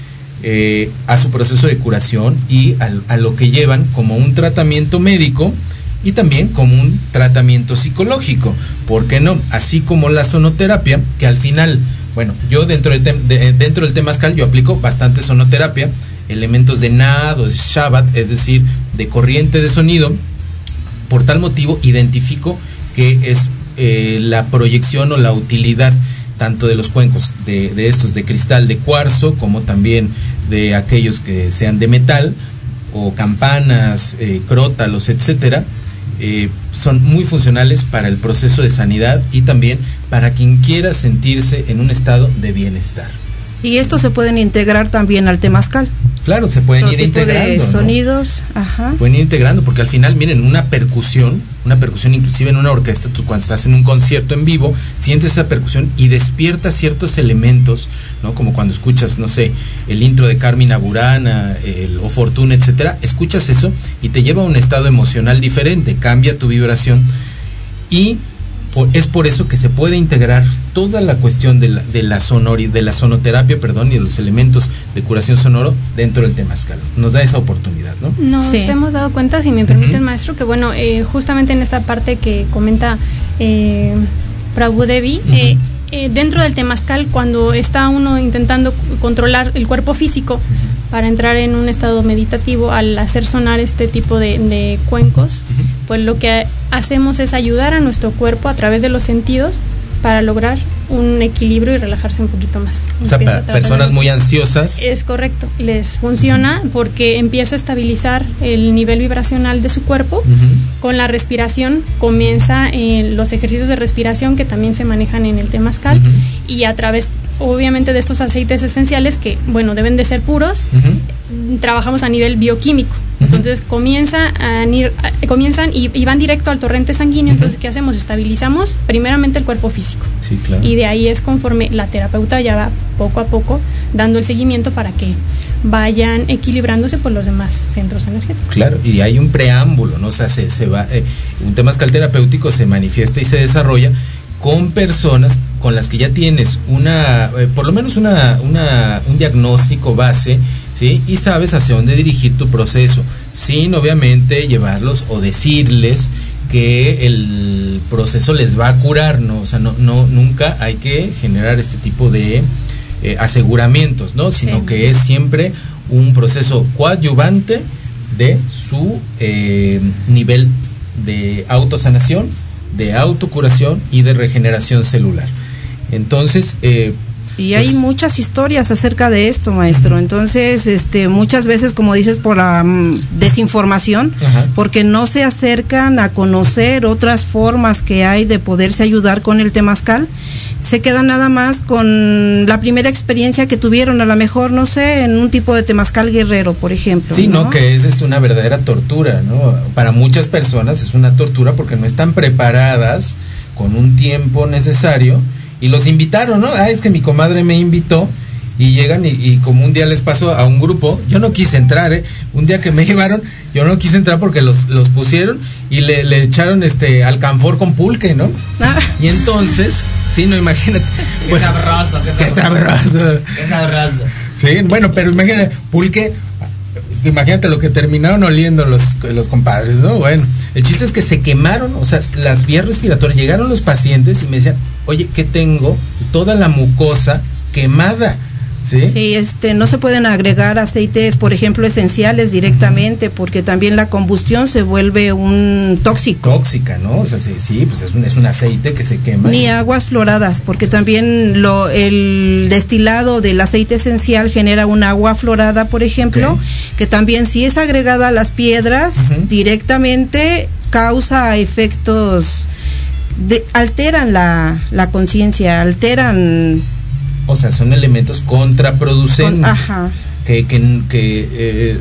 eh, a su proceso de curación y a, a lo que llevan como un tratamiento médico y también como un tratamiento psicológico. ¿Por qué no? Así como la sonoterapia, que al final, bueno, yo dentro del, tem, de, dentro del temazcal yo aplico bastante sonoterapia, elementos de nad o de Shabbat, es decir, de corriente de sonido. Por tal motivo identifico que es eh, la proyección o la utilidad tanto de los cuencos de, de estos de cristal de cuarzo, como también de aquellos que sean de metal, o campanas, eh, crótalos, etcétera, eh, son muy funcionales para el proceso de sanidad y también para quien quiera sentirse en un estado de bienestar. Y estos se pueden integrar también al temazcal. Claro, se pueden Todo ir tipo integrando. De ¿no? sonidos, ajá. Pueden ir integrando, porque al final, miren, una percusión, una percusión inclusive en una orquesta, tú cuando estás en un concierto en vivo, sientes esa percusión y despierta ciertos elementos, ¿no? Como cuando escuchas, no sé, el intro de Carmina Burana, el O Fortuna, etcétera, escuchas eso y te lleva a un estado emocional diferente, cambia tu vibración y por, es por eso que se puede integrar toda la cuestión de la, de la sonori, de la sonoterapia, perdón, y de los elementos de curación sonoro dentro del temazcal. Nos da esa oportunidad, ¿no? Nos Sí. hemos dado cuenta, si me permite, Ujú. maestro, que bueno, eh, justamente en esta parte que comenta eh, Prabhu Devi, Ujú. eh, eh, dentro del temazcal, cuando está uno intentando controlar el cuerpo físico para entrar en un estado meditativo, al hacer sonar este tipo de, de cuencos, Ujú. pues lo que hacemos es ayudar a nuestro cuerpo a través de los sentidos para lograr un equilibrio y relajarse un poquito más. O sea, Empieza para a tratar personas de- muy ansiosas. Es correcto, les funciona porque empieza a estabilizar el nivel vibracional de su cuerpo. Ujú. Con la respiración comienza eh, los ejercicios de respiración que también se manejan en el temazcal, Ujú. y a través obviamente de estos aceites esenciales que, bueno, deben de ser puros, Ujú. trabajamos a nivel bioquímico. Entonces comienza a ir, a- comienzan y, y van directo al torrente sanguíneo. Ujú. Entonces, ¿qué hacemos? Estabilizamos primeramente el cuerpo físico. Sí. Sí, claro. Y de ahí es conforme la terapeuta ya va poco a poco dando el seguimiento para que vayan equilibrándose por los demás centros energéticos. Claro, y hay un preámbulo, ¿no? O sea, se, se va, eh, un temazcal terapéutico se manifiesta y se desarrolla con personas con las que ya tienes una, eh, por lo menos una, una, un diagnóstico base, ¿sí? Y sabes hacia dónde dirigir tu proceso, sin obviamente llevarlos o decirles que el proceso les va a curar, ¿no? O sea, no, no, nunca hay que generar este tipo de eh, aseguramientos, ¿no? Sino sí. que es siempre un proceso coadyuvante de su eh, nivel de autosanación, de autocuración y de regeneración celular. Entonces, eh, y hay pues, muchas historias acerca de esto, maestro. Entonces, este, muchas veces, como dices, por la um, desinformación, ajá. porque no se acercan a conocer otras formas que hay de poderse ayudar con el temazcal, se quedan nada más con la primera experiencia que tuvieron, a lo mejor, no sé, en un tipo de temazcal guerrero, por ejemplo. Sí, no, no que es, es una verdadera tortura, ¿no? Para muchas personas es una tortura porque no están preparadas con un tiempo necesario. Y los invitaron, ¿no? Ah, es que mi comadre me invitó y llegan y, y como un día les pasó a un grupo, yo no quise entrar, ¿eh? Un día que me llevaron, yo no quise entrar porque los, los pusieron y le, le echaron este alcanfor con pulque, ¿no? Ah. Y entonces, sí, no, imagínate. Qué bueno, sabroso, qué sabroso. Qué sabroso. Qué sabroso. Sí, bueno, pero imagínate, pulque, imagínate lo que terminaron oliendo los, los compadres, ¿no? Bueno, el chiste es que se quemaron, o sea, las vías respiratorias, llegaron los pacientes y me decían, oye, ¿qué tengo? Toda la mucosa quemada, ¿sí? Sí, este, no se pueden agregar aceites, por ejemplo, esenciales directamente, uh-huh. porque también la combustión se vuelve un tóxico. Tóxica, ¿no? O sea, sí, sí pues es un, es un aceite que se quema. Ni y... aguas floradas, porque también lo, el destilado del aceite esencial genera un agua florada, por ejemplo, okay. que también si es agregada a las piedras, uh-huh. directamente causa efectos, de, alteran la, la conciencia, alteran... O sea, son elementos contraproducentes Ajá. que, que, que eh,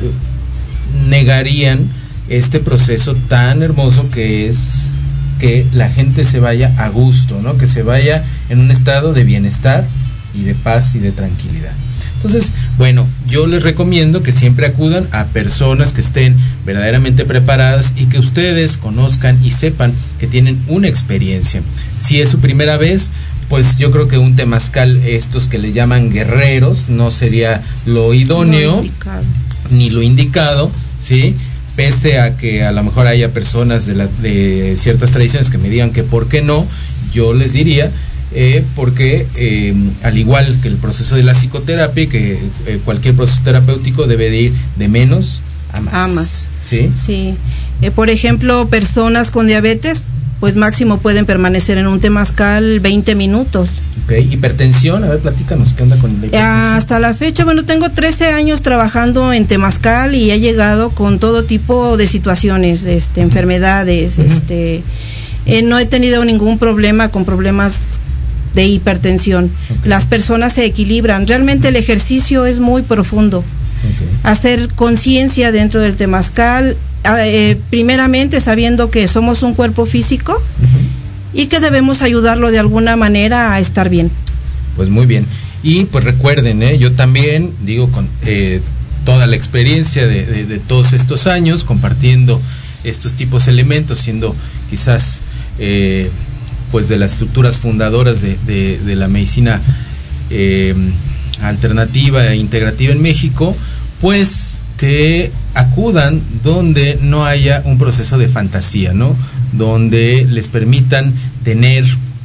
negarían este proceso tan hermoso que es que la gente se vaya a gusto, ¿no? Que se vaya en un estado de bienestar y de paz y de tranquilidad. Entonces, bueno, yo les recomiendo que siempre acudan a personas que estén verdaderamente preparadas y que ustedes conozcan y sepan que tienen una experiencia. Si es su primera vez, pues yo creo que un temazcal, estos que le llaman guerreros, no sería lo idóneo, no ni lo indicado, ¿sí? Pese a que a lo mejor haya personas de, la, de ciertas tradiciones que me digan que por qué no, yo les diría, eh, porque eh, al igual que el proceso de la psicoterapia, que eh, cualquier proceso terapéutico debe de ir de menos a más. A más. ¿Sí? Sí. Eh, por ejemplo, personas con diabetes, pues máximo pueden permanecer en un temazcal veinte minutos. Ok, hipertensión, a ver, platícanos, ¿qué onda con la hipertensión? Hasta la fecha, bueno, tengo trece años trabajando en temazcal y he llegado con todo tipo de situaciones, este, enfermedades, uh-huh. este, eh, no he tenido ningún problema con problemas de hipertensión. Okay. Las personas se equilibran, realmente el ejercicio es muy profundo. Okay. Hacer conciencia dentro del temazcal, Eh, primeramente sabiendo que somos un cuerpo físico uh-huh. y que debemos ayudarlo de alguna manera a estar bien. Pues muy bien. Y pues recuerden, ¿eh? yo también digo con eh, toda la experiencia de, de, de todos estos años compartiendo estos tipos de elementos, siendo quizás eh, pues de las estructuras fundadoras de, de, de la medicina eh, alternativa e integrativa en México, pues que acudan donde no haya un proceso de fantasía, ¿no? Donde les permitan tener,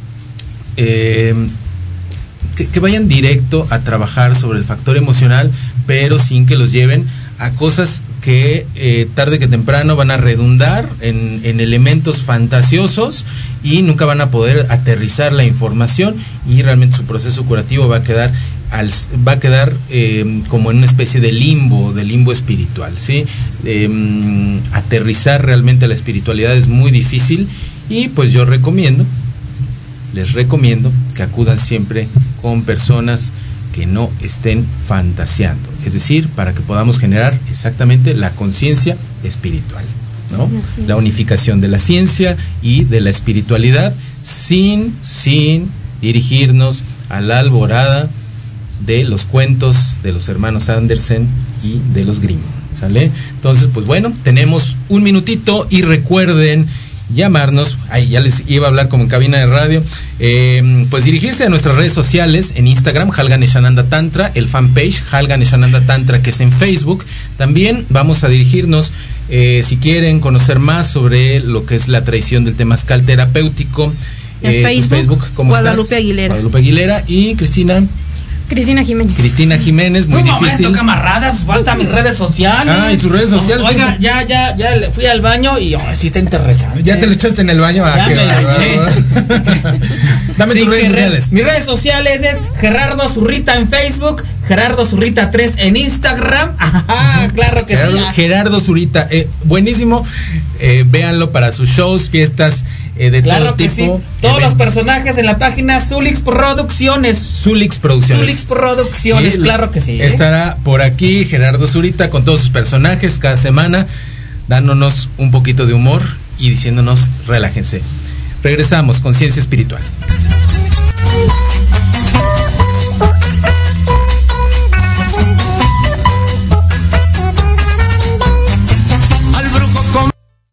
eh, que, que vayan directo a trabajar sobre el factor emocional, pero sin que los lleven a cosas que eh, tarde que temprano van a redundar en, en elementos fantasiosos y nunca van a poder aterrizar la información y realmente su proceso curativo va a quedar Al, va a quedar eh, como en una especie de limbo, de limbo espiritual, ¿sí? Eh, aterrizar realmente la espiritualidad es muy difícil y pues yo recomiendo, les recomiendo que acudan siempre con personas que no estén fantaseando, es decir, para que podamos generar exactamente la conciencia espiritual, ¿no? Sí. La unificación de la ciencia y de la espiritualidad sin, sin dirigirnos a la alborada de los cuentos de los hermanos Andersen y de los Grimm, ¿sale? Entonces, pues bueno, tenemos un minutito y recuerden llamarnos, ahí ya les iba a hablar como en cabina de radio, eh, pues dirigirse a nuestras redes sociales, en Instagram, Halganeshananda Tantra, el fanpage, Halganeshananda Tantra, que es en Facebook. También vamos a dirigirnos, eh, si quieren conocer más sobre lo que es la tradición del temazcal terapéutico, en eh, Facebook, Facebook ¿cómo Guadalupe estás? Aguilera. Guadalupe Aguilera y Cristina. Cristina Jiménez. Cristina Jiménez, muy un difícil. momento, camaradas, falta mis redes sociales. Ah, y sus redes sociales. Oiga, ya, ya, ya le fui al baño y oh, sí está interesante. Ya te lo echaste en el baño. Ah, ya qué me bárbaro. eché. Dame Sí, tus redes que re- sociales. Mis redes sociales es Gerardo Zurrita en Facebook, Gerardo Zurrita tres en Instagram. Ajá, claro que Gerardo, sí. Gerardo Zurita, eh, buenísimo. Eh, véanlo para sus shows, fiestas eh, de Claro todo que tipo. sí. Todos eventos. los personajes en la página Zulix Producciones. Zulix Producciones. Zulix Producciones, Y claro que sí. ¿eh? Estará por aquí Gerardo Zurita con todos sus personajes cada semana, dándonos un poquito de humor y diciéndonos relájense. Regresamos, Conciencia Espiritual. Al brujo con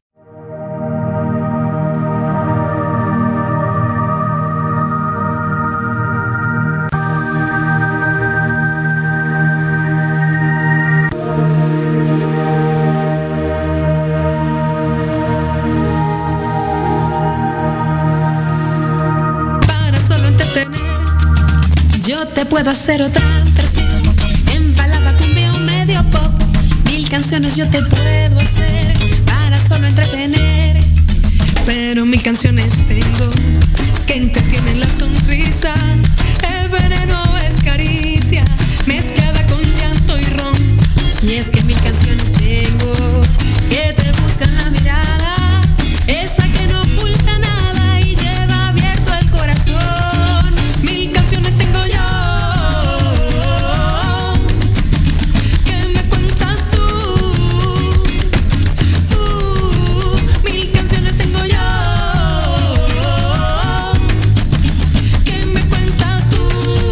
Para solo entretener, yo te puedo hacer otra versión. En balada, cumbia o medio pop, mil canciones yo te puedo hacer. Para solo entretener, pero mil canciones tengo que entretienen la sonrisa. El veneno es caricia, mezclada con llanto y ron. Y es que mil canciones tengo que te buscan la mirada, esa que no oculta nada y lleva abierto el corazón. Mil canciones tengo yo, ¿qué me cuentas tú? Uh, mil canciones tengo yo, ¿qué me cuentas tú?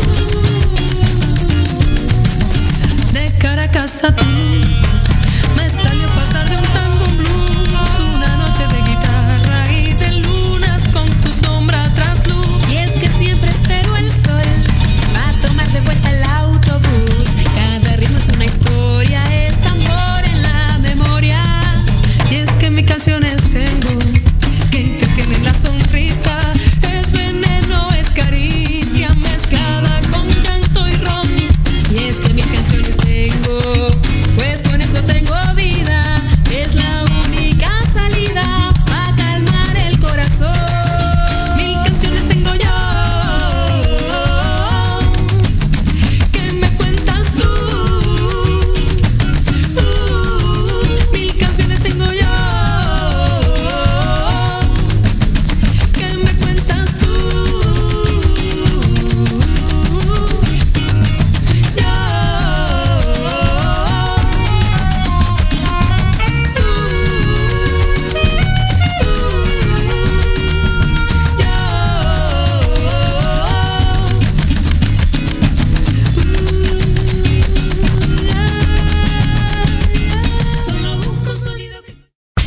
De Caracas a tú me salió pasar de un tango blues, una noche de guitarra y de lunas con tu sombra tras luz. Y es que siempre espero el sol para tomar de vuelta el autobús. Cada ritmo es una historia, es tambor en la memoria. Y es que mis canciones tengo que te tienen la sonrisa. Es veneno, es caricia mezclada con llanto y ron. Y es que mis canciones tengo, pues con eso tengo vida. Es la única salida para calmar el corazón. Mil canciones tengo yo, ¿qué me cuentas tú? Uh, mil canciones tengo yo, ¿qué me cuentas tú? Solo busco sonido que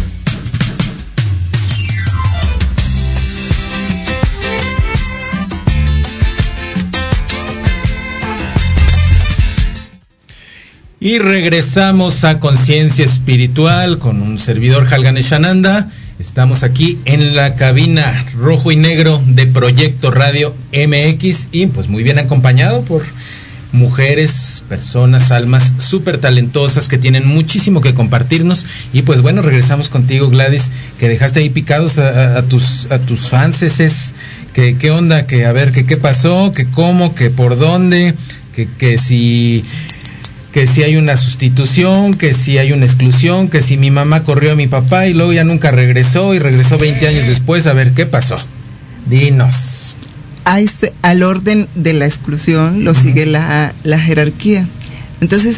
Y regresamos a Conciencia Espiritual con un servidor Halganeshananda. Estamos aquí en la cabina rojo y negro de Proyecto Radio M X y pues muy bien acompañado por mujeres, personas, almas súper talentosas que tienen muchísimo que compartirnos. Y pues bueno, regresamos contigo, Gladys, que dejaste ahí picados a, a, a tus a tus fanses. Que qué onda, que a ver, que qué pasó, que cómo, que por dónde, que, que si... que si hay una sustitución, que si hay una exclusión, que si mi mamá corrió a mi papá y luego ya nunca regresó y regresó veinte años después, a ver, ¿qué pasó? Dinos. A ese- al orden de la exclusión lo sigue la, la jerarquía. Entonces,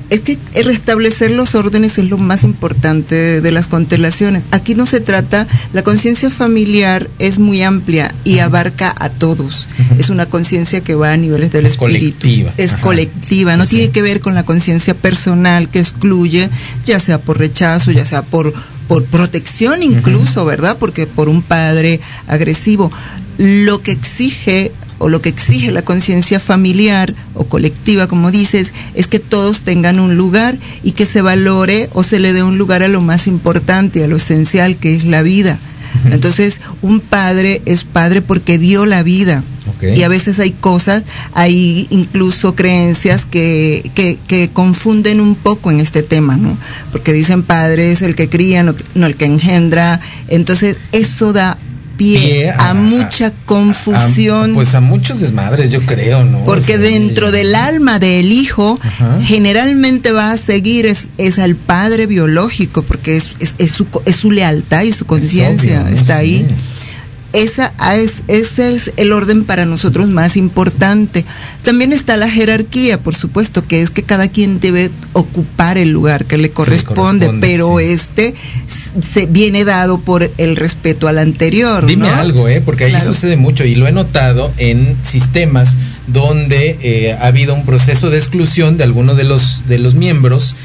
Es que restablecer los órdenes es lo más importante de las constelaciones. Aquí no se trata, la conciencia familiar es muy amplia y abarca a todos. Uh-huh. Es una conciencia que va a niveles del es espíritu. Colectiva. Es Ajá. colectiva, no sí, tiene sí. que ver con la conciencia personal que excluye, ya sea por rechazo, ya sea por, por protección incluso, uh-huh. ¿verdad? Porque por un padre agresivo. Lo que exige o lo que exige la conciencia familiar o colectiva, como dices, es que todos tengan un lugar y que se valore o se le dé un lugar a lo más importante, a lo esencial, que es la vida. Uh-huh. Entonces, un padre es padre porque dio la vida. Okay. Y a veces hay cosas, hay incluso creencias que, que, que confunden un poco en este tema, ¿no? Porque dicen padre es el que cría, no, no el que engendra. Entonces, eso da Pie, pie a, a mucha confusión. A, pues a muchos desmadres, yo creo, ¿no? Porque o sea, dentro del alma del hijo, ajá. generalmente va a seguir es, es al padre biológico, porque es, es, es, su, es su lealtad y su conciencia, ¿no? Está sí. ahí. Esa es, ese es el orden para nosotros más importante. También está la jerarquía, por supuesto, que es que cada quien debe ocupar el lugar que le corresponde, le corresponde pero sí. este se viene dado por el respeto al anterior. Dime ¿no? algo, ¿eh? Porque ahí claro. sucede mucho y lo he notado en sistemas donde eh, ha habido un proceso de exclusión de alguno de los, de los miembros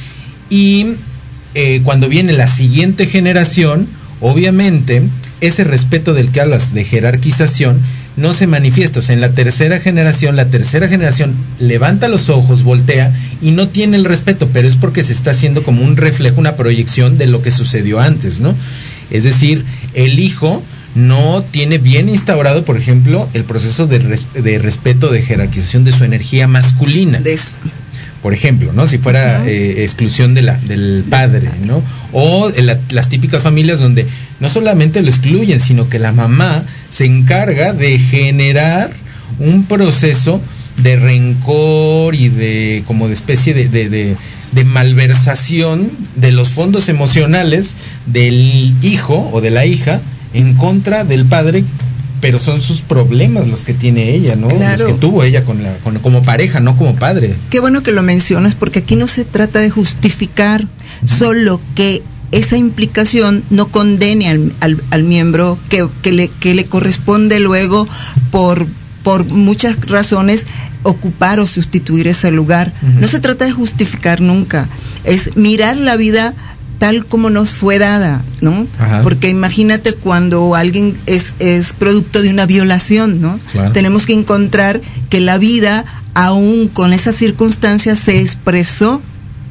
y eh, cuando viene la siguiente generación, obviamente ese respeto del que hablas de jerarquización no se manifiesta. O sea, en la tercera generación, la tercera generación levanta los ojos, voltea y no tiene el respeto, pero es porque se está haciendo como un reflejo, una proyección de lo que sucedió antes, ¿no? Es decir, el hijo no tiene bien instaurado, por ejemplo, el proceso de, res- de respeto, de jerarquización de su energía masculina. De eso. Por ejemplo, ¿no? Si fuera uh-huh. eh, exclusión de la, del padre, ¿no? O la, las típicas familias donde no solamente lo excluyen, sino que la mamá se encarga de generar un proceso de rencor y de como de especie de, de, de, de malversación de los fondos emocionales del hijo o de la hija en contra del padre, pero son sus problemas los que tiene ella, ¿no? Claro. Los que tuvo ella con la, con, como pareja, no como padre. Qué bueno que lo mencionas, porque aquí no se trata de justificar, uh-huh. solo que esa implicación no condene al, al, al miembro que, que, le, que le corresponde luego por, por muchas razones ocupar o sustituir ese lugar. Uh-huh. No se trata de justificar nunca, es mirar la vida tal como nos fue dada, ¿no? Ajá. Porque imagínate cuando alguien es, es producto de una violación, ¿no? Claro. Tenemos que encontrar que la vida, aún con esas circunstancias, se expresó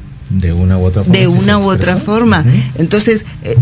de una u otra forma. De una u otra forma. Uh-huh. Entonces, eh,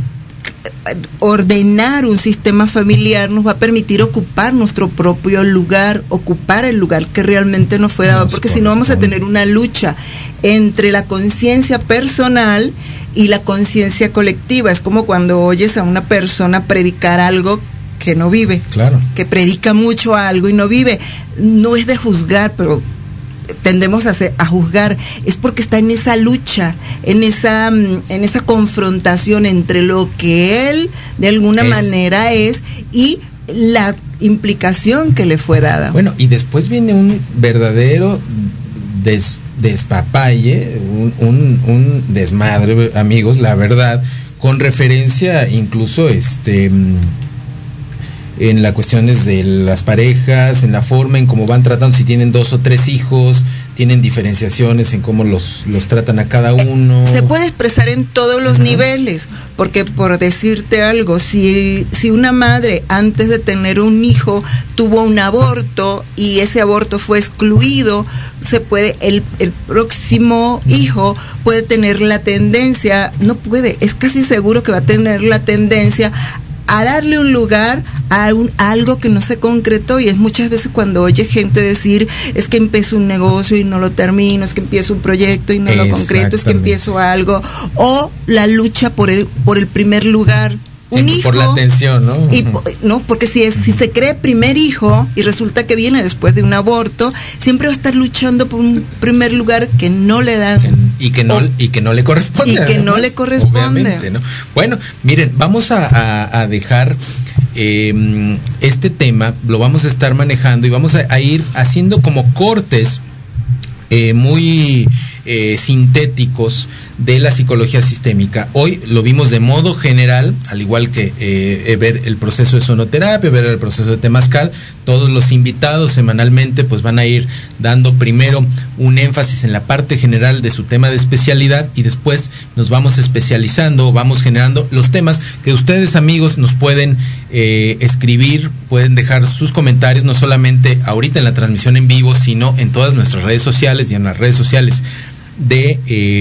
ordenar un sistema familiar nos va a permitir ocupar nuestro propio lugar, ocupar el lugar que realmente nos fue dado, nos porque si no vamos a tener una lucha entre la conciencia personal y la conciencia colectiva. Es como cuando oyes a una persona predicar algo que no vive, claro. que predica mucho algo y no vive. No es de juzgar, pero tendemos a, hacer, a juzgar, es porque está en esa lucha, en esa, en esa confrontación entre lo que él de alguna es. manera es y la implicación que le fue dada. Bueno, y después viene un verdadero des, despapalle, un, un, un desmadre, amigos, la verdad, con referencia incluso este en las cuestiones de las parejas, en la forma en cómo van tratando, si tienen dos o tres hijos, tienen diferenciaciones en cómo los, los tratan a cada uno. Se puede expresar en todos los uh-huh. niveles, porque por decirte algo, si, si una madre antes de tener un hijo tuvo un aborto y ese aborto fue excluido, se puede, el, el próximo uh-huh. hijo puede tener la tendencia, no puede, es casi seguro que va a tener la tendencia a darle un lugar a, un, a algo que no se concretó, y es muchas veces cuando oye gente decir, es que empiezo un negocio y no lo termino, es que empiezo un proyecto y no lo concreto, es que empiezo algo, o la lucha por el, por el primer lugar. Un sí, hijo, por la atención, ¿no? Y, no, porque si es, si se cree primer hijo y resulta que viene después de un aborto, siempre va a estar luchando por un primer lugar que no le dan. Y que no, o, y que no le corresponde. Y que además, no le corresponde. Obviamente, ¿no? Bueno, miren, vamos a, a, a dejar eh, este tema, lo vamos a estar manejando y vamos a, a ir haciendo como cortes eh, muy eh, sintéticos de la psicología sistémica. Hoy lo vimos de modo general, al igual que eh, ver el proceso de sonoterapia, ver el proceso de temazcal. Todos los invitados semanalmente pues van a ir dando primero un énfasis en la parte general de su tema de especialidad y después nos vamos especializando, vamos generando los temas que ustedes, amigos, nos pueden eh, escribir, pueden dejar sus comentarios, no solamente ahorita en la transmisión en vivo, sino en todas nuestras redes sociales y en las redes sociales de eh,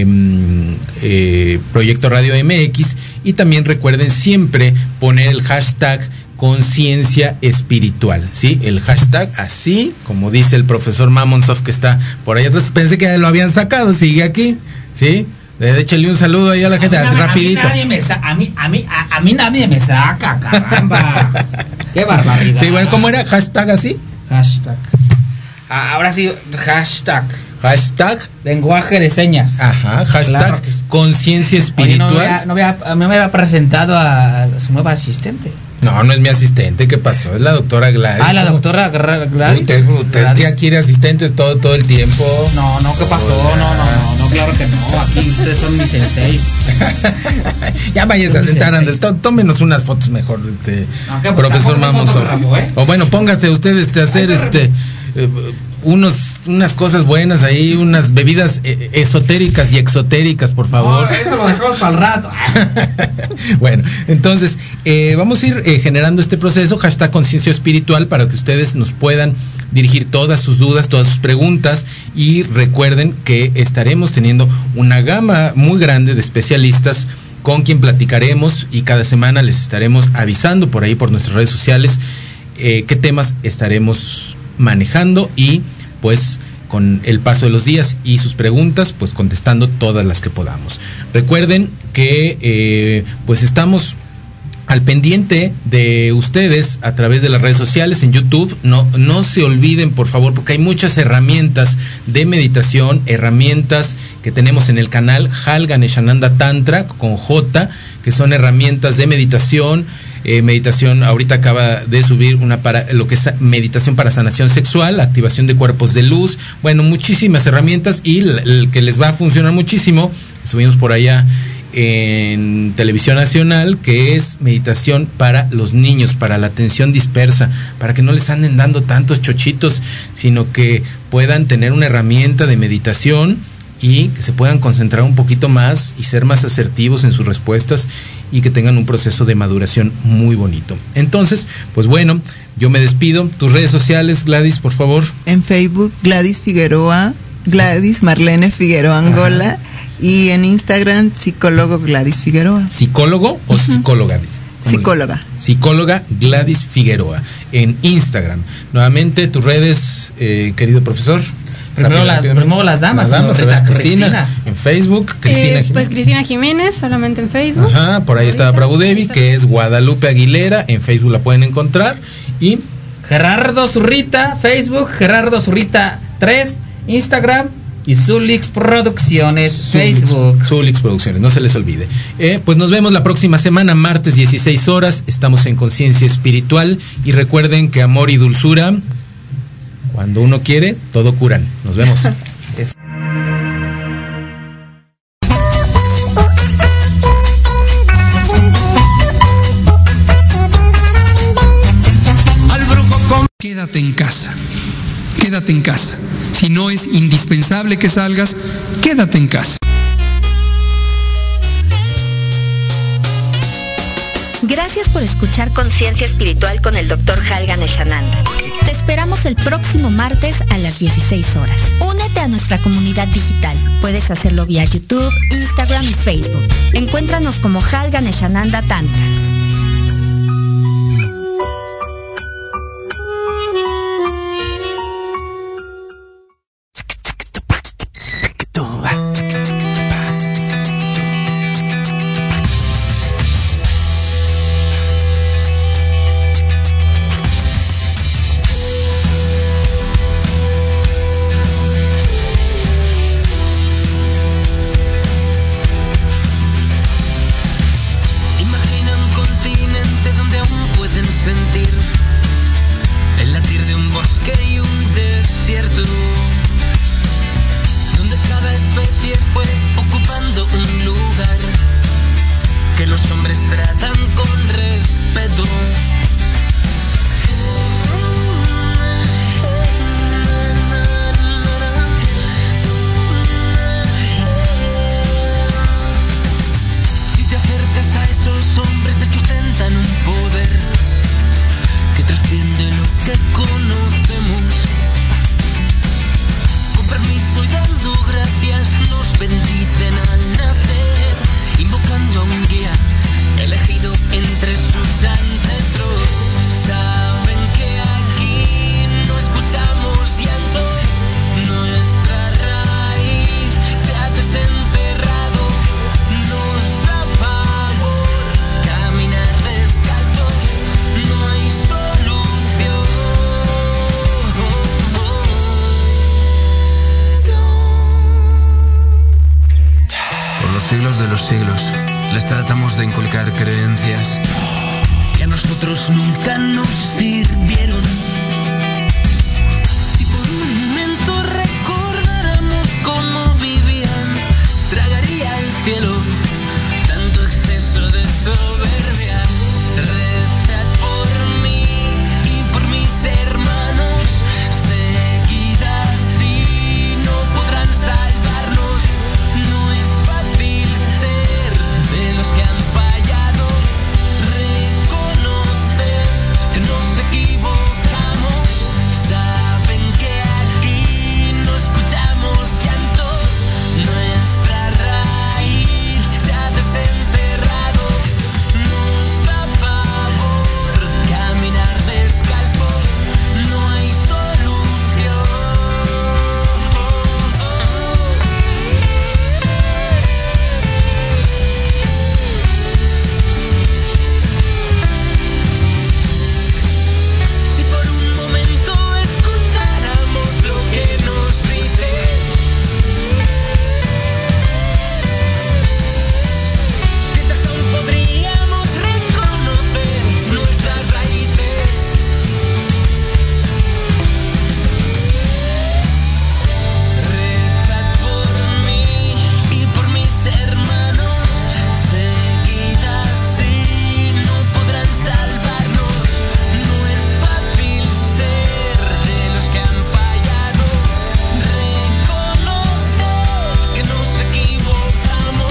eh, Proyecto Radio M X. Y también recuerden siempre poner el hashtag conciencia espiritual, ¿sí? El hashtag, así como dice el profesor Mamonsov que está por ahí atrás. Pensé que lo habían sacado, sigue aquí, ¿sí? Échale un saludo ahí a la gente, a mí, así a rapidito. Mí nadie me sa- a, mí, a, mí, a, a mí nadie me saca, caramba. Qué barbaridad. Sí, bueno, ¿cómo era? ¿Hashtag así? Hashtag. Ah, ahora sí, hashtag. Hashtag. Lenguaje de señas. Ajá, hashtag Claro que sí. conciencia espiritual. Oye, no, me había, no, me había, no me había presentado a, a su nueva asistente. No, no es mi asistente, ¿qué pasó? Es la doctora Gladys. Ah, la doctora Gladys. Usted, usted Gladys. ya quiere asistentes todo, todo el tiempo. No, no, ¿qué pasó? No, no, no, no, claro que no. Aquí ustedes son mis senseis. Ya vayas a sentar, Andrés. Tó- Tómenos unas fotos mejor, este No, ¿qué? profesor Tampoco Mamonsov. fotógrafo, ¿eh? O bueno, póngase usted este, a hacer este eh, unos unas cosas buenas ahí, unas bebidas eh, esotéricas y exotéricas, por favor. No, eso lo dejamos para el rato. Bueno, entonces eh, vamos a ir eh, generando este proceso, hashtag conciencia espiritual, para que ustedes nos puedan dirigir todas sus dudas, todas sus preguntas, y recuerden que estaremos teniendo una gama muy grande de especialistas con quien platicaremos y cada semana les estaremos avisando por ahí por nuestras redes sociales eh, qué temas estaremos manejando y pues con el paso de los días y sus preguntas, pues contestando todas las que podamos. Recuerden que eh, pues estamos al pendiente de ustedes a través de las redes sociales, en YouTube. No, no se olviden, por favor, porque hay muchas herramientas de meditación, herramientas que tenemos en el canal Halganeshananda Tantra con J, que son herramientas de meditación. Eh, meditación, ahorita acaba de subir una para lo que es meditación para sanación sexual, activación de cuerpos de luz, bueno, muchísimas herramientas, y el, el que les va a funcionar muchísimo, subimos por allá en Televisión Nacional, que es meditación para los niños, para la atención dispersa, para que no les anden dando tantos chochitos, sino que puedan tener una herramienta de meditación y que se puedan concentrar un poquito más y ser más asertivos en sus respuestas y que tengan un proceso de maduración muy bonito. Entonces, pues bueno, yo me despido. Tus redes sociales, Gladys, por favor. En Facebook, Gladys Figueroa, Gladys Marlene Figueroa Angola. Ajá. Y en Instagram, psicólogo Gladys Figueroa. ¿Psicólogo o uh-huh. psicóloga? Psicóloga. Psicóloga Gladys Figueroa en Instagram. Nuevamente, tus redes, eh, querido profesor. Primero las, primero las damas, las damas, Cristina, Cristina. En Facebook, Cristina eh, Jiménez. Pues Cristina Jiménez, solamente en Facebook. Ajá, por ahí está Prabhu Devi, que es Guadalupe Aguilera, en Facebook la pueden encontrar. Y Gerardo Zurrita, Facebook, Gerardo Zurrita tres, Instagram, y Zulix Producciones, Zulix, Facebook. Zulix Producciones, no se les olvide. Eh, pues nos vemos la próxima semana, martes dieciséis horas, estamos en Conciencia Espiritual, y recuerden que amor y dulzura, cuando uno quiere, todo curan. Nos vemos. Quédate en casa. Quédate en casa. Si no es indispensable que salgas, quédate en casa. Gracias por escuchar Conciencia Espiritual con el doctor Halganeshananda. Te esperamos el próximo martes a las dieciséis horas. Únete a nuestra comunidad digital. Puedes hacerlo vía YouTube, Instagram y Facebook. Encuéntranos como Halganeshananda Tantra. Imagina un hombres tratan con respeto. Si te acercas a esos hombres, ves que ostentan un poder que trasciende lo que conocemos. Con permiso y dando gracias nos bendicen al nacer, invocando a un guía elegido entre sus ancestros. Saben que aquí no escuchamos llanto, nuestra raíz se ha desenterrado. Nos da pavor caminar descalzos, no hay solución. Por los siglos de los siglos les tratamos de inculcar creencias que a nosotros nunca nos sirvieron.